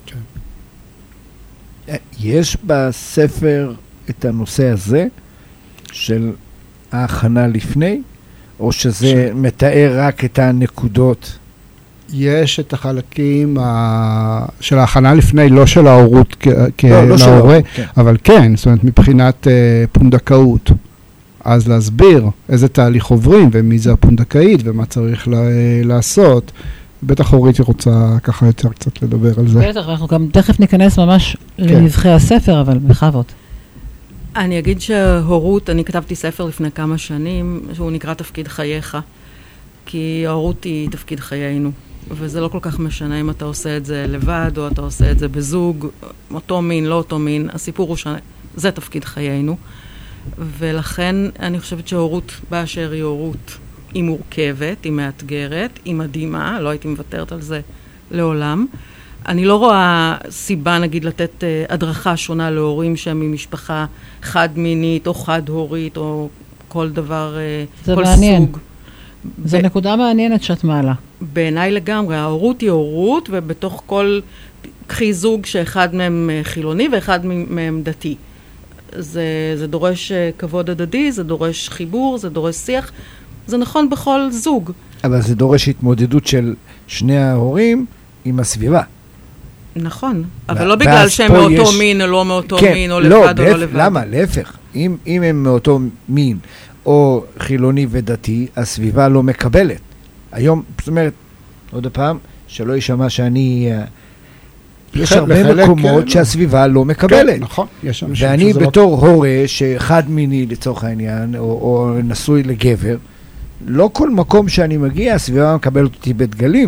יש בספר את הנושא הזה של ההכנה לפני, או שזה מתאר רק את הנקודות? יש את החלקים של ההכנה לפני, לא של ההורות להורה, אבל כן, זאת אומרת, מבחינת פונדקאות. אז להסביר איזה תהליך עוברים, ומי זה הפונדקאית, ומה צריך לעשות. בטח אורית רוצה ככה יותר קצת לדבר על זה. בטח, אנחנו גם תכף ניכנס ממש לנבחי הספר, אבל בכבוד. אני אגיד שהורות, אני כתבתי ספר לפני כמה שנים, שהוא נקרא תפקיד חייך, כי ההורות היא תפקיד חיינו, וזה לא כל כך משנה אם אתה עושה את זה לבד, או אתה עושה את זה בזוג, אותו מין, לא אותו מין, הסיפור הוא שזה תפקיד חיינו, ולכן אני חושבת שההורות באשר היא הורות, היא מורכבת, היא מאתגרת, היא מדהימה, לא הייתי מוותרת על זה לעולם. אני לא רואה סיבה, נגיד, לתת הדרכה שונה להורים שהם ממשפחה חד-מינית או חד-הורית או כל דבר, כל מעניין. סוג. זו נקודה מעניינת שאת מעלה. בעיניי לגמרי, ההורות היא הורות, ובתוך כל, קחי זוג שאחד מהם חילוני ואחד מהם דתי. זה דורש כבוד הדדי, זה דורש חיבור, זה דורש שיח, זה נכון בכל זוג. אבל זה דורש התמודדות של שני ההורים עם הסביבה. נכון, אבל לא בגלל שהם מאותו מין או לא מאותו מין, או לבד או לא לבד. למה? להפך. אם הם מאותו מין או חילוני ודתי, הסביבה לא מקבלת. היום, זאת אומרת, עוד פעם, שלא יישמע שאני... יש הרבה מקומות שהסביבה לא מקבלת. נכון. ואני בתור הורה שחד מיני לצורך העניין, או נשוי לגבר, לא כל מקום שאני מגיע, הסביבה מקבלת אותי בדגלים.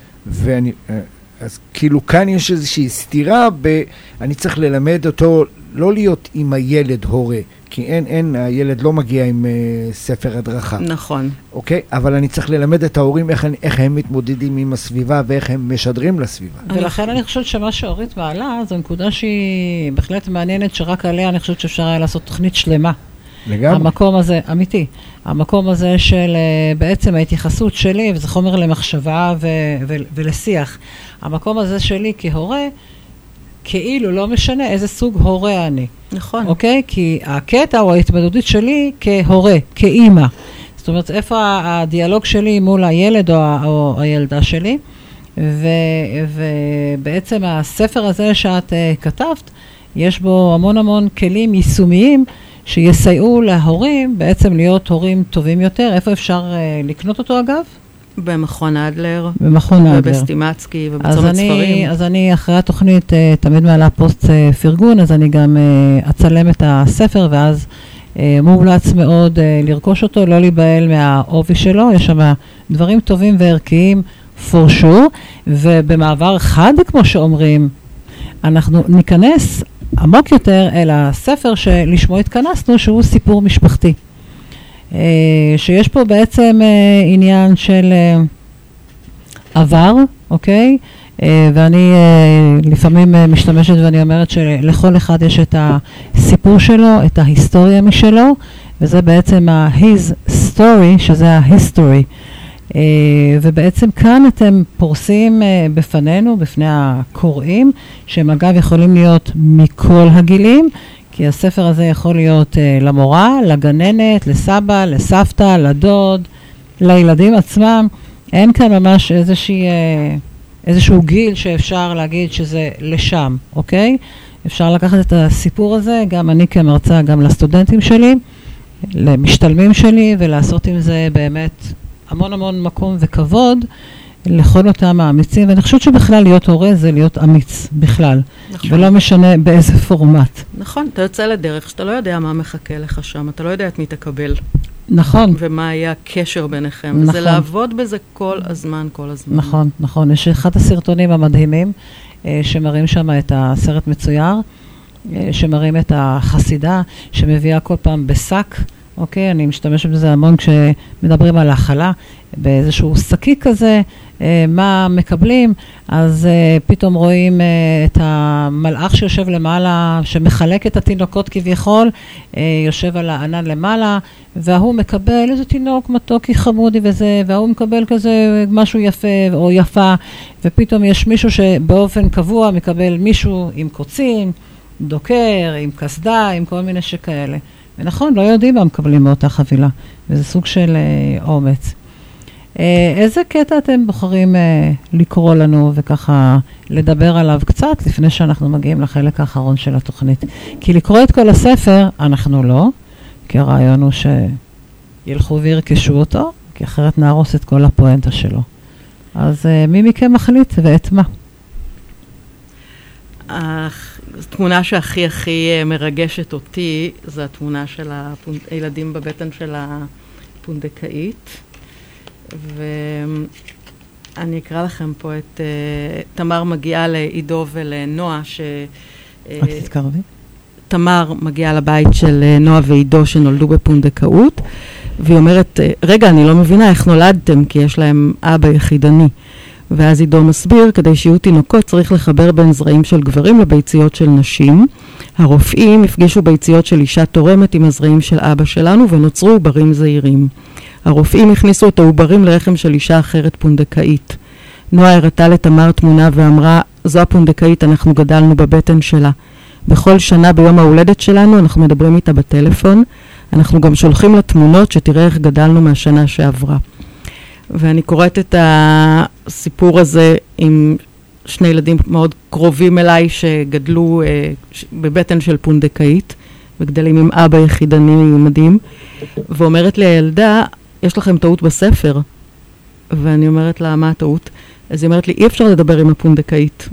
אז כאילו כאן יש איזושהי סתירה, אני צריך ללמד אותו לא להיות עם הילד הורה, כי הילד לא מגיע עם ספר הדרכה. נכון. אוקיי? אבל אני צריך ללמד את ההורים איך הם מתמודדים עם הסביבה, ואיך הם משדרים לסביבה. ולכן אני חושבת שמה שאורית מעלה, זו נקודה שהיא בהחלט מעניינת, שרק עליה אני חושבת שאפשר היה לעשות תוכנית שלמה. לגמרי. המקום הזה, אמיתי, המקום הזה של בעצם ההתייחסות שלי, וזה חומר למחשבה ולשיח. המקום הזה שלי כהורה, כאילו לא משנה איזה סוג הורה אני. נכון. אוקיי? כי הקטע או ההתמודדות שלי כהורה, כאימא. זאת אומרת, איפה הדיאלוג שלי מול הילד או הילדה שלי, ובעצם הספר הזה שאת כתבת, יש בו המון המון כלים יישומיים, שיסייעו להורים בעצם להיות הורים טובים יותר. איפה אפשר לקנות אותו אגב? במכון אדלר. במכון אדלר. ובסטימצקי ובצומת ספרים. אז אני אחרי התוכנית תמיד מעלה פוסט פרגון, אז אני גם אצלם את הספר, ואז מומלץ מאוד לרכוש אותו, לא להיבהל מהעובי שלו, יש שם דברים טובים וערכיים for sure, ובמעבר חד, כמו שאומרים, אנחנו ניכנס עמוק יותר אל הספר שלשמו התכנסנו, שהוא סיפור משפחתי. שיש פה בעצם עניין של עבר, אוקיי? ואני לפעמים משתמשת ואני אומרת שלכל אחד יש את הסיפור שלו, את ההיסטוריה משלו, וזה בעצם his story, שזה ה-history. ובעצם כאן אתם פורסים בפנינו, בפני הקוראים, שהם אגב יכולים להיות מכל הגילים, כי הספר הזה יכול להיות למורה, לגננת, לסבא, לסבתא, לדוד, לילדים עצמם. אין כאן ממש איזשהו גיל שאפשר להגיד שזה לשם, אוקיי? אפשר לקחת את הסיפור הזה, גם אני כמרצה, גם לסטודנטים שלי, למשתלמים שלי, ולעשות עם זה באמת המון המון מקום וכבוד לכל אותם האמיצים, ואני חושבת שבכלל להיות הורה זה להיות אמיץ בכלל, נכון. ולא משנה באיזה פורמט. נכון, אתה יוצא לדרך שאתה לא יודע מה מחכה לך שם, אתה לא יודע את מי תקבל. נכון. ומה היה הקשר ביניכם. נכון. זה לעבוד בזה כל הזמן, כל הזמן. נכון, נכון. יש אחד הסרטונים המדהימים, שמראים שם את הסרט מצויר, שמראים את החסידה, שמביאה כל פעם בסק, אוקיי, אני משתמשת בזה המון כשמדברים על האכלה, באיזשהו שקי כזה, מה מקבלים, אז פתאום רואים את המלאך שיושב למעלה, שמחלק את התינוקות כביכול, יושב על הענן למעלה, והוא מקבל איזה תינוק מתוקי חמודי וזה, והוא מקבל כזה משהו יפה או יפה, ופתאום יש מישהו שבאופן קבוע מקבל מישהו עם קוצים, דוקר, עם כסדה, עם כל מיני שכאלה. ונכון, לא יודעים מה מקבלים מאותה חבילה, וזה סוג של אומץ. איזה קטע אתם בוחרים לקרוא לנו וככה לדבר עליו קצת לפני שאנחנו מגיעים לחלק האחרון של התוכנית? כי לקרוא את כל הספר אנחנו לא, כי הרעיון הוא שילכו וירכשו אותו, כי אחרת נהרוס את כל הפואנטה שלו. אז מי מכם מחליט ואת מה? התמונה שהכי הכי מרגשת אותי, זה התמונה של הילדים בבטן של הפונדקאית. ואני אקרא לכם פה את תמר מגיעה לעידו ולנועה רק תתקרבי. תמר מגיעה לבית של נועה ועידו שנולדו בפונדקאות, והיא אומרת, רגע, אני לא מבינה איך נולדתם, כי יש להם אבא יחידני. ואז עידו מסביר, כדי שיהיו תינוקות צריך לחבר בין זרעים של גברים לביציות של נשים. הרופאים הפגישו ביציות של אישה תורמת עם הזרעים של אבא שלנו ונוצרו עוברים זעירים. הרופאים הכניסו את העוברים לרחם של אישה אחרת פונדקאית. נועה הראתה לתמר תמונה ואמרה, זו הפונדקאית, אנחנו גדלנו בבטן שלה. בכל שנה ביום ההולדת שלנו אנחנו מדברים איתה בטלפון, אנחנו גם שולחים לה תמונות שתראה איך גדלנו מהשנה שעברה. ואני קוראת את הסיפור הזה עם שני ילדים מאוד קרובים אליי שגדלו בבטן של פונדקאית, וגדלים עם אבא יחידני מדהים, ואומרת לי הילדה, יש לכם טעות בספר? ואני אומרת לה, מה הטעות? אז היא אומרת לי, אי אפשר לדבר עם הפונדקאית.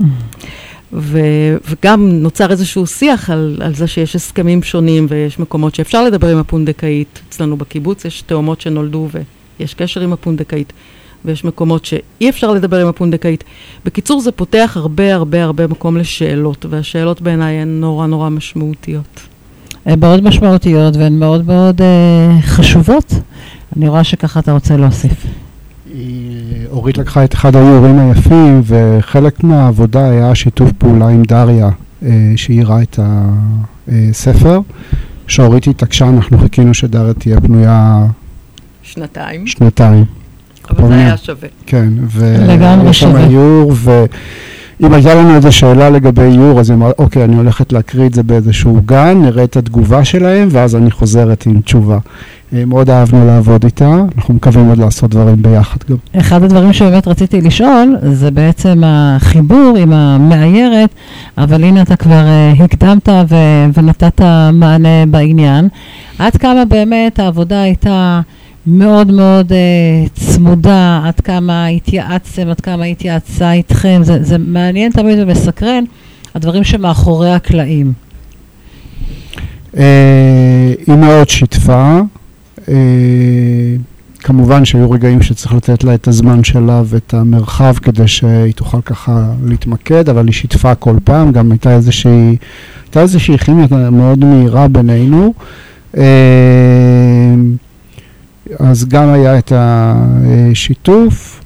וגם נוצר איזשהו שיח על זה שיש הסכמים שונים, ויש מקומות שאפשר לדבר עם הפונדקאית. אצלנו בקיבוץ יש תאומות שנולדו ויש קשר עם הפונדקאית, ויש מקומות שאי אפשר לדבר עם הפונדקאית. בקיצור, זה פותח הרבה הרבה הרבה מקום לשאלות, והשאלות בעיניי הן נורא נורא משמעותיות. הן מאוד משמעותיות והן מאוד מאוד חשובות. אני רואה שככה אתה רוצה להוסיף. אורית לקחה את אחד האיורים היפים, וחלק מהעבודה היה שיתוף פעולה עם דריה, שהיא ראה את הספר. שאורית התעקשה, אנחנו חיכינו שדריה תהיה פנויה שנתיים. אבל זה היה שווה. כן, ויש שם איור, ואם הייתה לנו איזו שאלה לגבי איור, אז היא אמרה, אוקיי, אני הולכת להקריא את זה באיזשהו גן, נראה את התגובה שלהם, ואז אני חוזרת עם תשובה. מאוד אהבנו לעבוד איתה, אנחנו מקווים עוד לעשות דברים ביחד גם. אחד הדברים שבאמת רציתי לשאול, זה בעצם החיבור עם המאיירת, אבל הנה אתה כבר הקדמת ונתת מענה בעניין. עד כמה באמת העבודה הייתה מאוד מאוד צמודה, עד כמה התייעצתם, עד כמה התייעצה איתכם, זה מעניין תמיד ומסקרן, הדברים שמאחורי הקלעים. היא מאוד שיתפה, כמובן שהיו רגעים שצריך לתת לה את הזמן שלה ואת המרחב כדי שהיא תוכל ככה להתמקד, אבל היא שיתפה כל פעם, גם הייתה איזושהי כימיה מאוד מהירה בינינו, אז גם היה את השיתוף.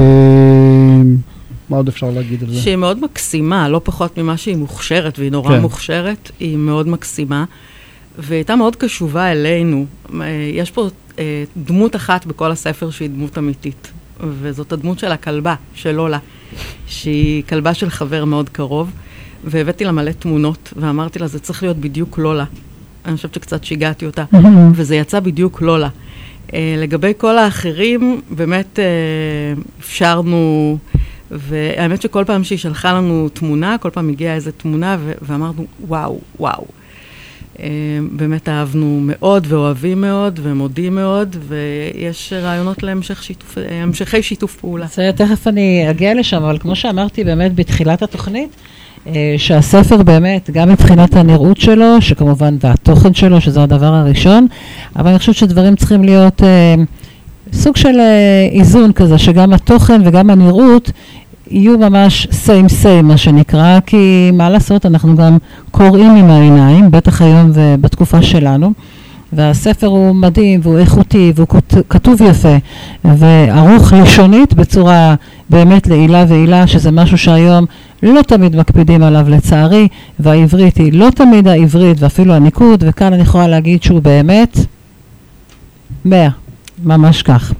מה עוד אפשר להגיד על זה? שהיא מאוד מקסימה, לא פחות ממה שהיא מוכשרת, והיא נורא מוכשרת, היא מאוד מקסימה, והיא הייתה מאוד קשובה אלינו. יש פה דמות אחת בכל הספר שהיא דמות אמיתית, וזאת הדמות של הכלבה, של לולה, שהיא כלבה של חבר מאוד קרוב, והבאתי לה מלא תמונות, ואמרתי לה, זה צריך להיות בדיוק לולה. אני חושבת שקצת שיגעתי אותה, וזה יצא בדיוק לולה. לגבי כל האחרים, באמת אפשרנו, והאמת שכל פעם שהיא שלחה לנו תמונה, כל פעם הגיעה איזו תמונה, ואמרנו, וואו, וואו. באמת אהבנו מאוד ואוהבים מאוד ומודים מאוד, ויש רעיונות להמשכי שיתוף פעולה. תכף אני אגיע לשם, אבל כמו שאמרתי באמת בתחילת התוכנית, שהספר באמת, גם מבחינת הנראות שלו, שכמובן והתוכן שלו, שזה הדבר הראשון, אבל אני חושבת שדברים צריכים להיות סוג של איזון כזה, שגם התוכן וגם הנראות יהיו ממש same, מה שנקרא, כי מה לעשות, אנחנו גם קוראים עם העיניים, בטח היום ובתקופה שלנו, והספר הוא מדהים והוא איכותי והוא כתוב יפה וערוך לשונית בצורה באמת לעילה ועילה, שזה משהו שהיום לא תמיד מקפידים עליו לצערי, והעברית היא לא תמיד העברית ואפילו הניקוד, וכאן אני יכולה להגיד שהוא באמת 100, ממש כך.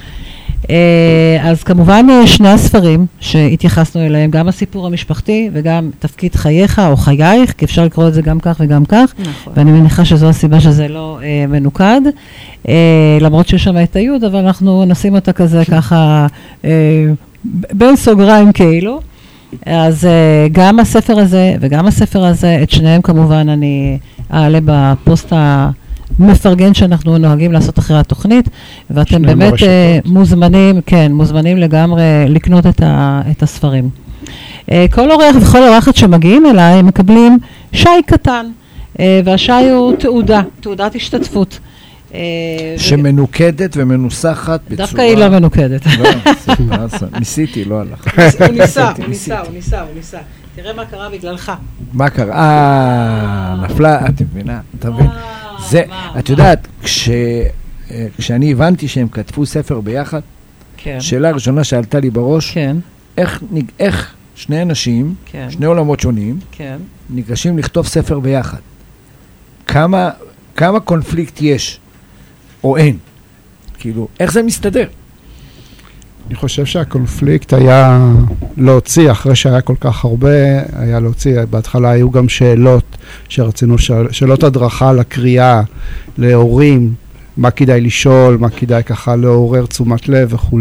אז כמובן שני הספרים שהתייחסנו אליהם, גם הסיפור המשפחתי וגם תפקיד חייך או חייך, כי אפשר לקרוא את זה גם כך וגם כך, נכון. ואני מניחה שזו הסיבה שזה לא מנוקד, למרות שיש שם את היוד, אבל אנחנו נשים אותה כזה ככה בין סוגריים כאילו. אז גם הספר הזה וגם הספר הזה, את שניהם כמובן אני אעלה בפוסט מפרגן שאנחנו נוהגים לעשות אחרי התוכנית, ואתם באמת מוזמנים לגמרי לקנות את הספרים. כל אורח וכל אורחת שמגיעים אליי מקבלים שי קטן, והשי הוא תעודת השתתפות. שמנוקדת ומנוסחת בצורה... דווקא היא לא מנוקדת. ניסיתי, לא הלך. הוא ניסה. תראה מה קרה בגללך. מה קרה? נפלה, את מבינה? אתה מבין? זה, את יודעת, כשאני הבנתי שהם כתבו ספר ביחד, שאלה הראשונה שעלתה לי בראש, איך שני אנשים, שני עולמות שונים, ניגשים לכתוב ספר ביחד. כמה קונפליקט יש, או אין? כאילו, איך זה מסתדר? אני חושב שהקונפליקט היה להוציא, אחרי שהיה כל כך הרבה, היה להוציא, בהתחלה היו גם שאלות שרצינו, שאלות הדרכה לקריאה, להורים, מה כדאי לשאול, מה כדאי ככה לעורר תשומת לב וכו'.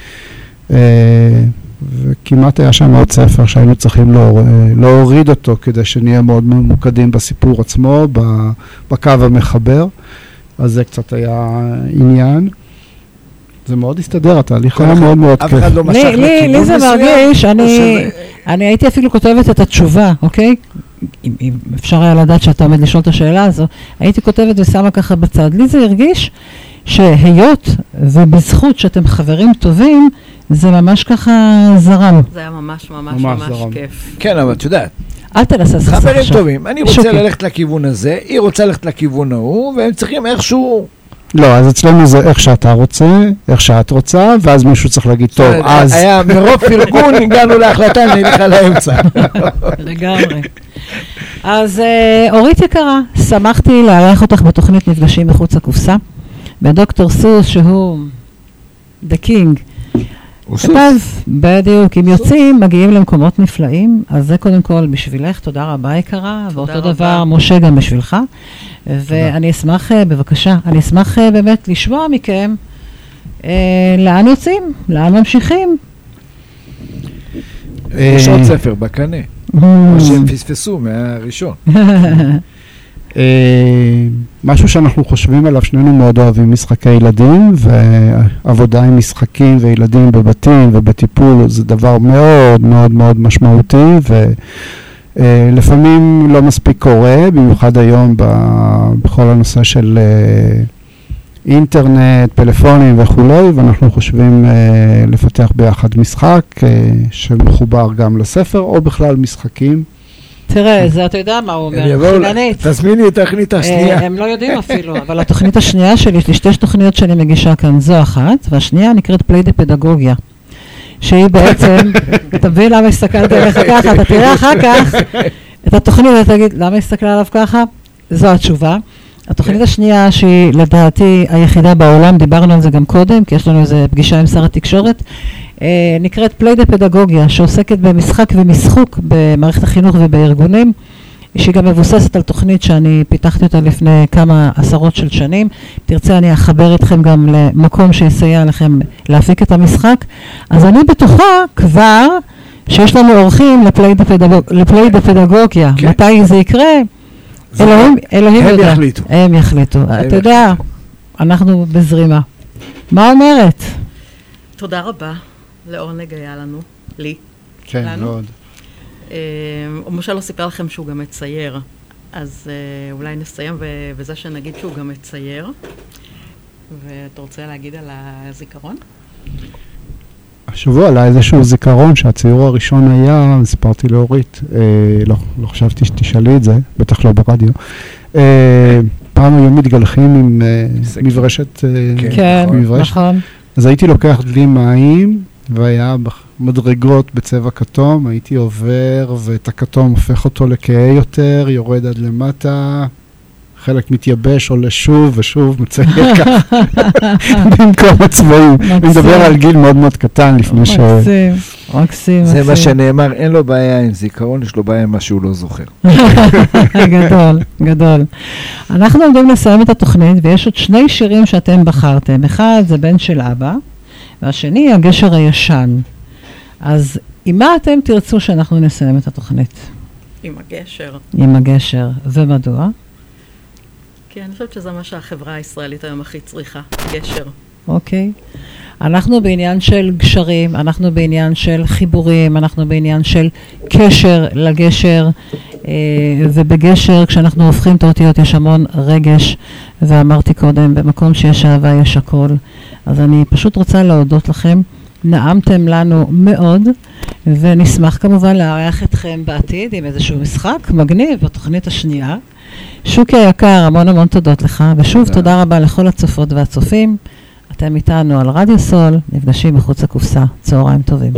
וכמעט היה שם עוד ספר שהיינו צריכים להוריד אותו כדי שנהיה מאוד ממוקדים בסיפור עצמו, בקו המחבר. אז זה קצת היה עניין. זה מאוד הסתדר, התהליך היה מאוד מאוד כיף. אף אחד לא משך לכיוון מסוים. לי זה מרגיש, אני הייתי אפילו כותבת את התשובה, אוקיי? אם אפשר היה לדעת שאתה עומד לשאול את השאלה הזו, הייתי כותבת ושמה ככה בצד. לי זה הרגיש שהיות ובזכות שאתם חברים טובים, זה ממש ככה זרם. זה היה ממש כיף. כן, אבל את יודעת. אל תנסה סכסך. חברים טובים, אני רוצה ללכת לכיוון הזה, היא רוצה ללכת לכיוון ההוא, והם צריכים איכשהו... לא, אז אצלנו זה איך שאתה רוצה, איך שאת רוצה, ואז מישהו צריך להגיד, טוב, אז... היה מרוב פרגון, הגענו להחלטה, נלך על האמצע. לגמרי. אז אורית יקרה, שמחתי לארח אותך בתוכנית מפגשים מחוץ לקופסה, ודוקטור סוס, שהוא the king, כתב, בדיוק, אם יוצאים, מגיעים למקומות נפלאים, אז זה קודם כל בשבילך, תודה רבה יקרה, ואותו דבר משה גם בשבילך, ואני אשמח, בבקשה, אני אשמח באמת לשמוע מכם, לאן יוצאים, לאן ממשיכים. יש עוד ספר בקנה, מה שהם פספסו מהראשון. משהו שאנחנו חושבים עליו, שנינו מאוד אוהבים משחקי ילדים, ועבודה עם משחקים וילדים בבתים ובטיפול, זה דבר מאוד מאוד מאוד משמעותי, ולפעמים לא מספיק קורה, במיוחד היום בכל הנושא של אינטרנט, פלאפונים וכולי, ואנחנו חושבים לפתח ביחד משחק שמחובר גם לספר, או בכלל משחקים. תראה, זה אתה יודע מה הוא אומר, חיננית. תזמיני את התוכנית השנייה. הם לא יודעים אפילו, אבל התוכנית השנייה שלי, יש לי שתי תוכניות שאני מגישה כאן, זו אחת, והשנייה נקראת פליידפדגוגיה, שהיא בעצם, תבין למה הסתכלת עליך ככה, אתה תראה אחר כך את התוכנית ותגיד, למה הסתכלה עליו ככה? זו התשובה. התוכנית השנייה, שהיא לדעתי היחידה בעולם, דיברנו על זה גם קודם, כי יש לנו איזו פגישה עם שר התקשורת, נקראת פליידפדגוגיה, שעוסקת במשחק ומשחוק במערכת החינוך ובארגונים, שהיא גם מבוססת על תוכנית שאני פיתחתי אותה לפני כמה עשרות של שנים. תרצה, אני אחבר אתכם גם למקום שיסייע לכם להפיק את המשחק. אז אני בטוחה כבר שיש לנו אורחים לפליידפדגוגיה. כן. מתי זה יקרה? אלוהים יודע. הם יחליטו. אתה יודע, אנחנו בזרימה. מה אומרת? תודה רבה. לעונג היה לנו, לי. כן, מאוד. משה לא סיפר לכם שהוא גם מצייר, אז אולי נסיים בזה שנגיד שהוא גם מצייר. ואתה רוצה להגיד על הזיכרון? השבוע עלה איזשהו זיכרון שהציור הראשון היה, סיפרתי לאורית, לא חשבתי שתשאלי את זה, בטח לא ברדיו. פעם היו מתגלחים עם מברשת. כן, נכון. אז הייתי לוקח דלי מים, והיה מדרגות בצבע כתום, הייתי עובר, ואת הכתום הופך אותו לכהה יותר, יורד עד למטה, חלק מתייבש, עולה שוב ושוב, מצייר ככה, במקום הצבעים. אני מדבר על גיל מאוד מאוד קטן לפני ש... מקסים. זה מה שנאמר, אין לו בעיה עם זיכרון, יש לו בעיה עם מה שהוא לא זוכר. גדול, גדול. אנחנו עומדים לסיים את התוכנית, ויש עוד שני שירים שאתם בחרתם. אחד זה בן של אבא, והשני הגשר הישן. אז עם מה אתם תרצו שאנחנו נסיים את התוכנית? עם הגשר. עם הגשר. ומדוע? כי אני חושבת שזה מה שהחברה הישראלית היום הכי צריכה, גשר. אוקיי. אנחנו בעניין של גשרים, אנחנו בעניין של חיבורים, אנחנו בעניין של קשר לגשר, ובגשר כשאנחנו הופכים את האותיות יש המון רגש, ואמרתי קודם, במקום שיש אהבה יש הכל. אז אני פשוט רוצה להודות לכם, נעמתם לנו מאוד, ונשמח כמובן לארח אתכם בעתיד עם איזשהו משחק מגניב בתוכנית השנייה. שוקי היקר, המון המון תודות לך, ושוב תודה רבה לכל הצופות והצופים. אתם איתנו על רדיו סול, נפגשים מחוץ לקופסה. צהריים טובים.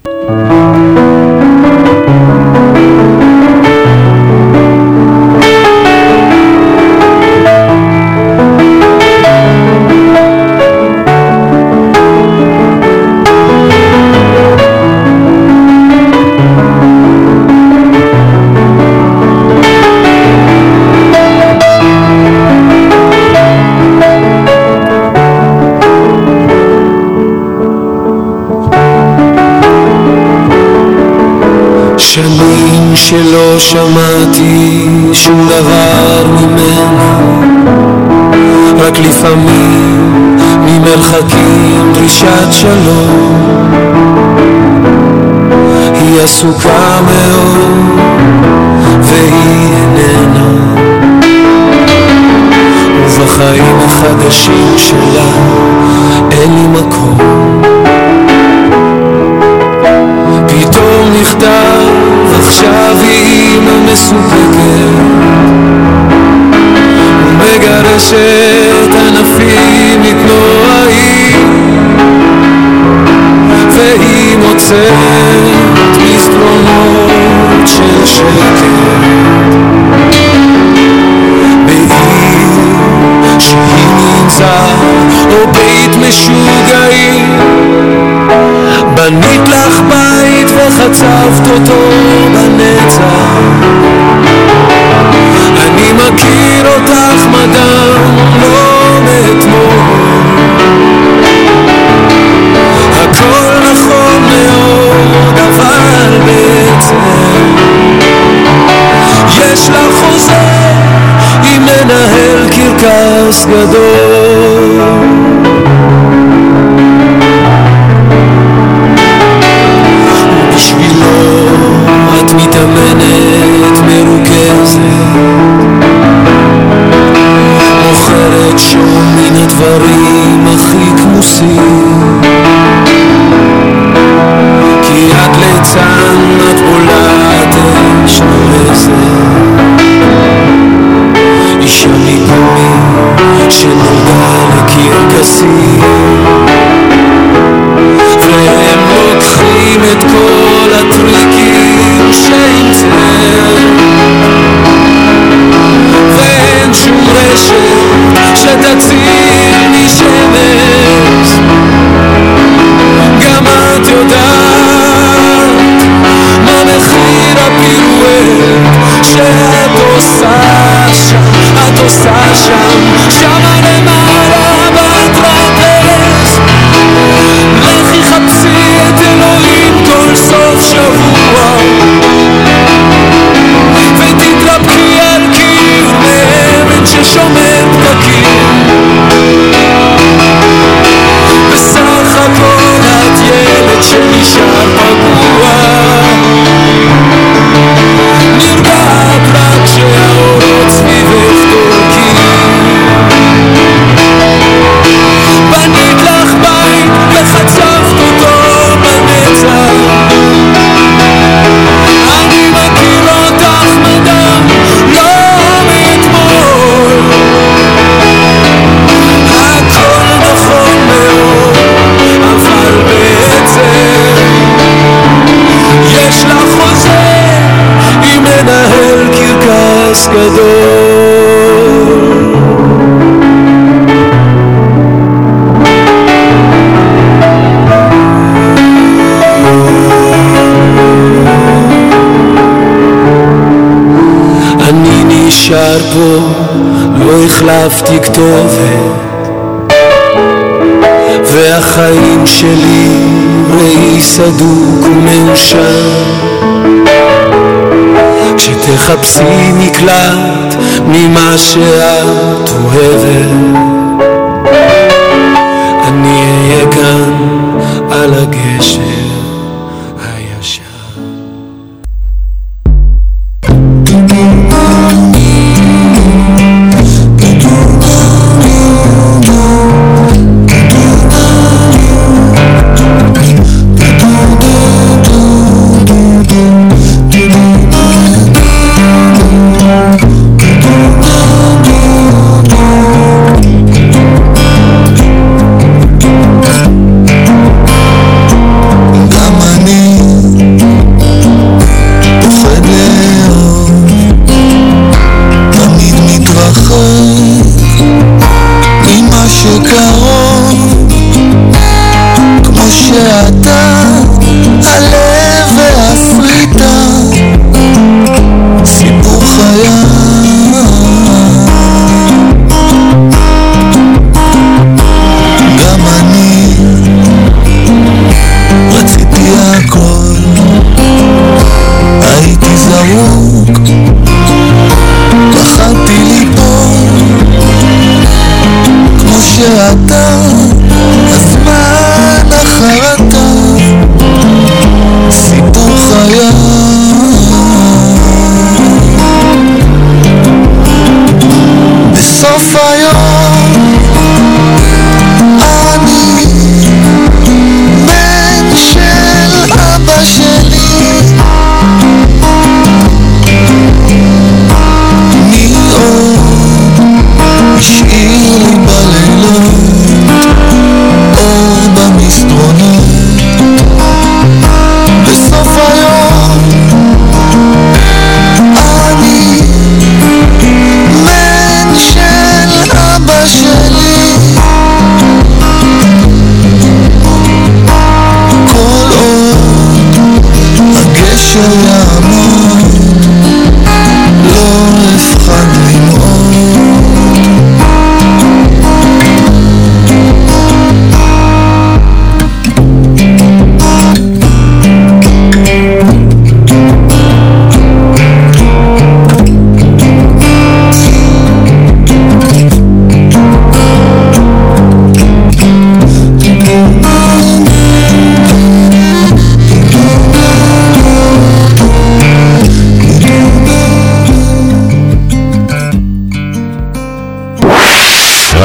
שנים שלא שמעתי שום דבר ממנה, רק לפעמים ממרחקים דרישת שלום. היא עסוקה מאוד והיא איננה, ובחיים החדשים שלה אין לי מקום. פתאום נכתב עכשיו היא אימא מסופקת ומגרשת ענפים מתנועים, והיא מוצאת מסדרונות של שקט בעיר שהיא נמצא או בית משוגעים. בנית לך בית וחצבת אותו בנצח, אני מכיר אותך מדם לא מאתמול. הכל נכון מאוד אבל בעצם יש לך חוזה קרקס גדול. ובשבילו את מתאמנת מרוכזת, מוכרת שום מן הדברים הכי כמוסים, כי את ליצן את בולעת אש נורסת, אישה מגומי שנולדה לקרקסים, והם לוקחים את כל הטריקים שהמצאת, ואין שום רשת שתציל משמש, גם את יודעת מה מחיר הפירואט שאת עושה שם, את עושה שם, שמה למעלה בטרפז. לכי חפשי את אלוהים כל סוף שבוע, ותתרפקי על קיר מאבן ששומר פקקים. בסך הכל את ילד שנשאר פגוע, נרגעת רק שהאורות סביבך דורקים. בנית לך בית וחצבת אותו בנצח, אני מכיר אותך מדם לא מאתמול. הכל נכון מאוד, אבל בעצם יש לך חוזה עם מנהל קרקס גדול. אני נשאר פה, לא החלפתי כתובת, והחיים שלי ראי סדוק ומאושר. כשתחפשי מקלט ממה שאת אוהבת, אני אהיה כאן על הגשר הישר.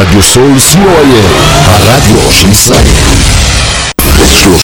רדיו סול co.il, הרדיו של ישראל.